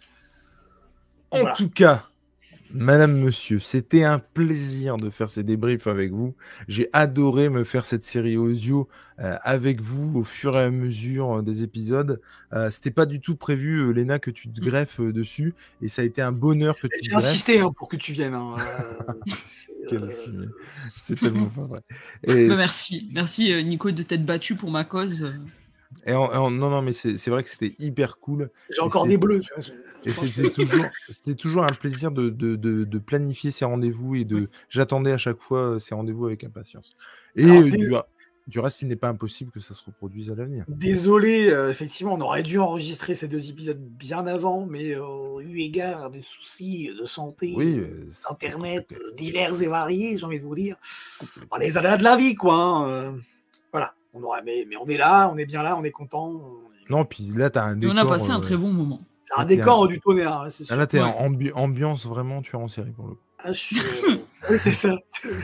En voilà. tout cas, Madame, Monsieur, c'était un plaisir de faire ces débriefs avec vous. J'ai adoré me faire cette série audio euh, avec vous au fur et à mesure des épisodes. Euh, c'était pas du tout prévu, euh, Léna, que tu te greffes euh, dessus. Et ça a été un bonheur que tu J'ai te greffes. J'ai insisté hein, pour que tu viennes. Hein. c'est, euh... c'est tellement pas vrai. Et bah, merci. Merci, euh, Nico, de t'être battu pour ma cause. Et en, en, non, non, mais c'est, c'est vrai que c'était hyper cool. J'ai encore des bleus. Tu vois, et c'était toujours, c'était toujours un plaisir de, de, de, de planifier ces rendez-vous et de. Oui. J'attendais à chaque fois ces rendez-vous avec impatience. Et Alors, euh, des... du, du reste, il n'est pas impossible que ça se reproduise à l'avenir. Désolé, euh, effectivement, on aurait dû enregistrer ces deux épisodes bien avant, mais euh, eu égard à des soucis de santé, oui, euh, Internet euh, divers et variés, j'ai envie de vous dire. Bon, les aléas de la vie, quoi. Hein, euh, voilà. On aurait, mais, mais on est là, on est bien là, on est content. On... Non, puis là, t'as un décor. Et on a passé euh... un très bon moment. Un décor un... du tonnerre, hein, c'est sûr. Là, t'es ouais. en ambi- ambiance vraiment tueur en série pour le coup. Ah, je suis... oui, c'est ça.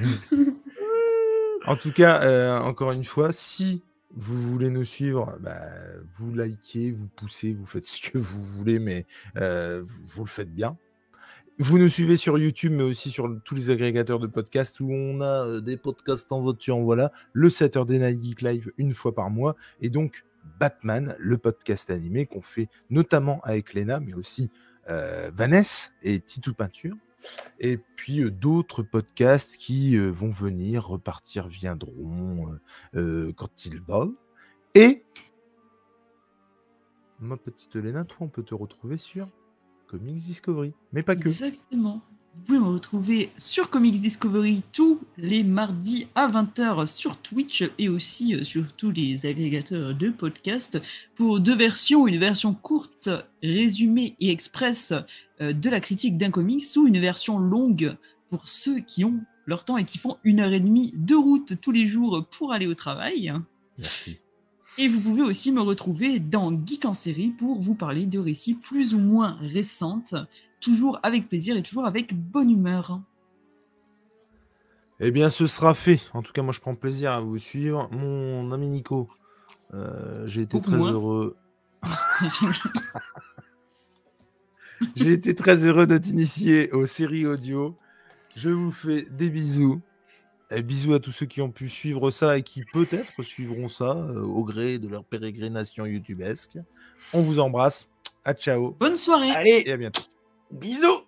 En tout cas, euh, encore une fois, si vous voulez nous suivre, bah, vous likez, vous poussez, vous faites ce que vous voulez, mais euh, vous, vous le faites bien. Vous nous suivez sur YouTube, mais aussi sur tous les agrégateurs de podcasts où on a euh, des podcasts en voiture, voilà, le Saturday Night Geek Live une fois par mois, et donc Batman, le podcast animé qu'on fait notamment avec Léna, mais aussi euh, Vanessa et Titou Peinture, et puis euh, d'autres podcasts qui euh, vont venir, repartir, viendront euh, euh, quand ils veulent. Et ma petite Léna, toi, on peut te retrouver sur Comics Discovery, mais pas que. Exactement. Vous pouvez me retrouver sur Comics Discovery tous les mardis à vingt heures sur Twitch et aussi sur tous les agrégateurs de podcasts pour deux versions, une version courte, résumée et express de la critique d'un comics ou une version longue pour ceux qui ont leur temps et qui font une heure et demie de route tous les jours pour aller au travail. Merci. Et vous pouvez aussi me retrouver dans Geek en série pour vous parler de récits plus ou moins récentes, toujours avec plaisir et toujours avec bonne humeur. Eh bien, ce sera fait. En tout cas, moi, je prends plaisir à vous suivre. Mon ami Nico, euh, j'ai été Beaucoup très moins. heureux. J'ai été très heureux de t'initier aux séries audio. Je vous fais des bisous. Et bisous à tous ceux qui ont pu suivre ça et qui peut-être suivront ça euh, au gré de leur pérégrination youtubesque. On vous embrasse. À ciao Bonne soirée. Allez, et à bientôt. bisous.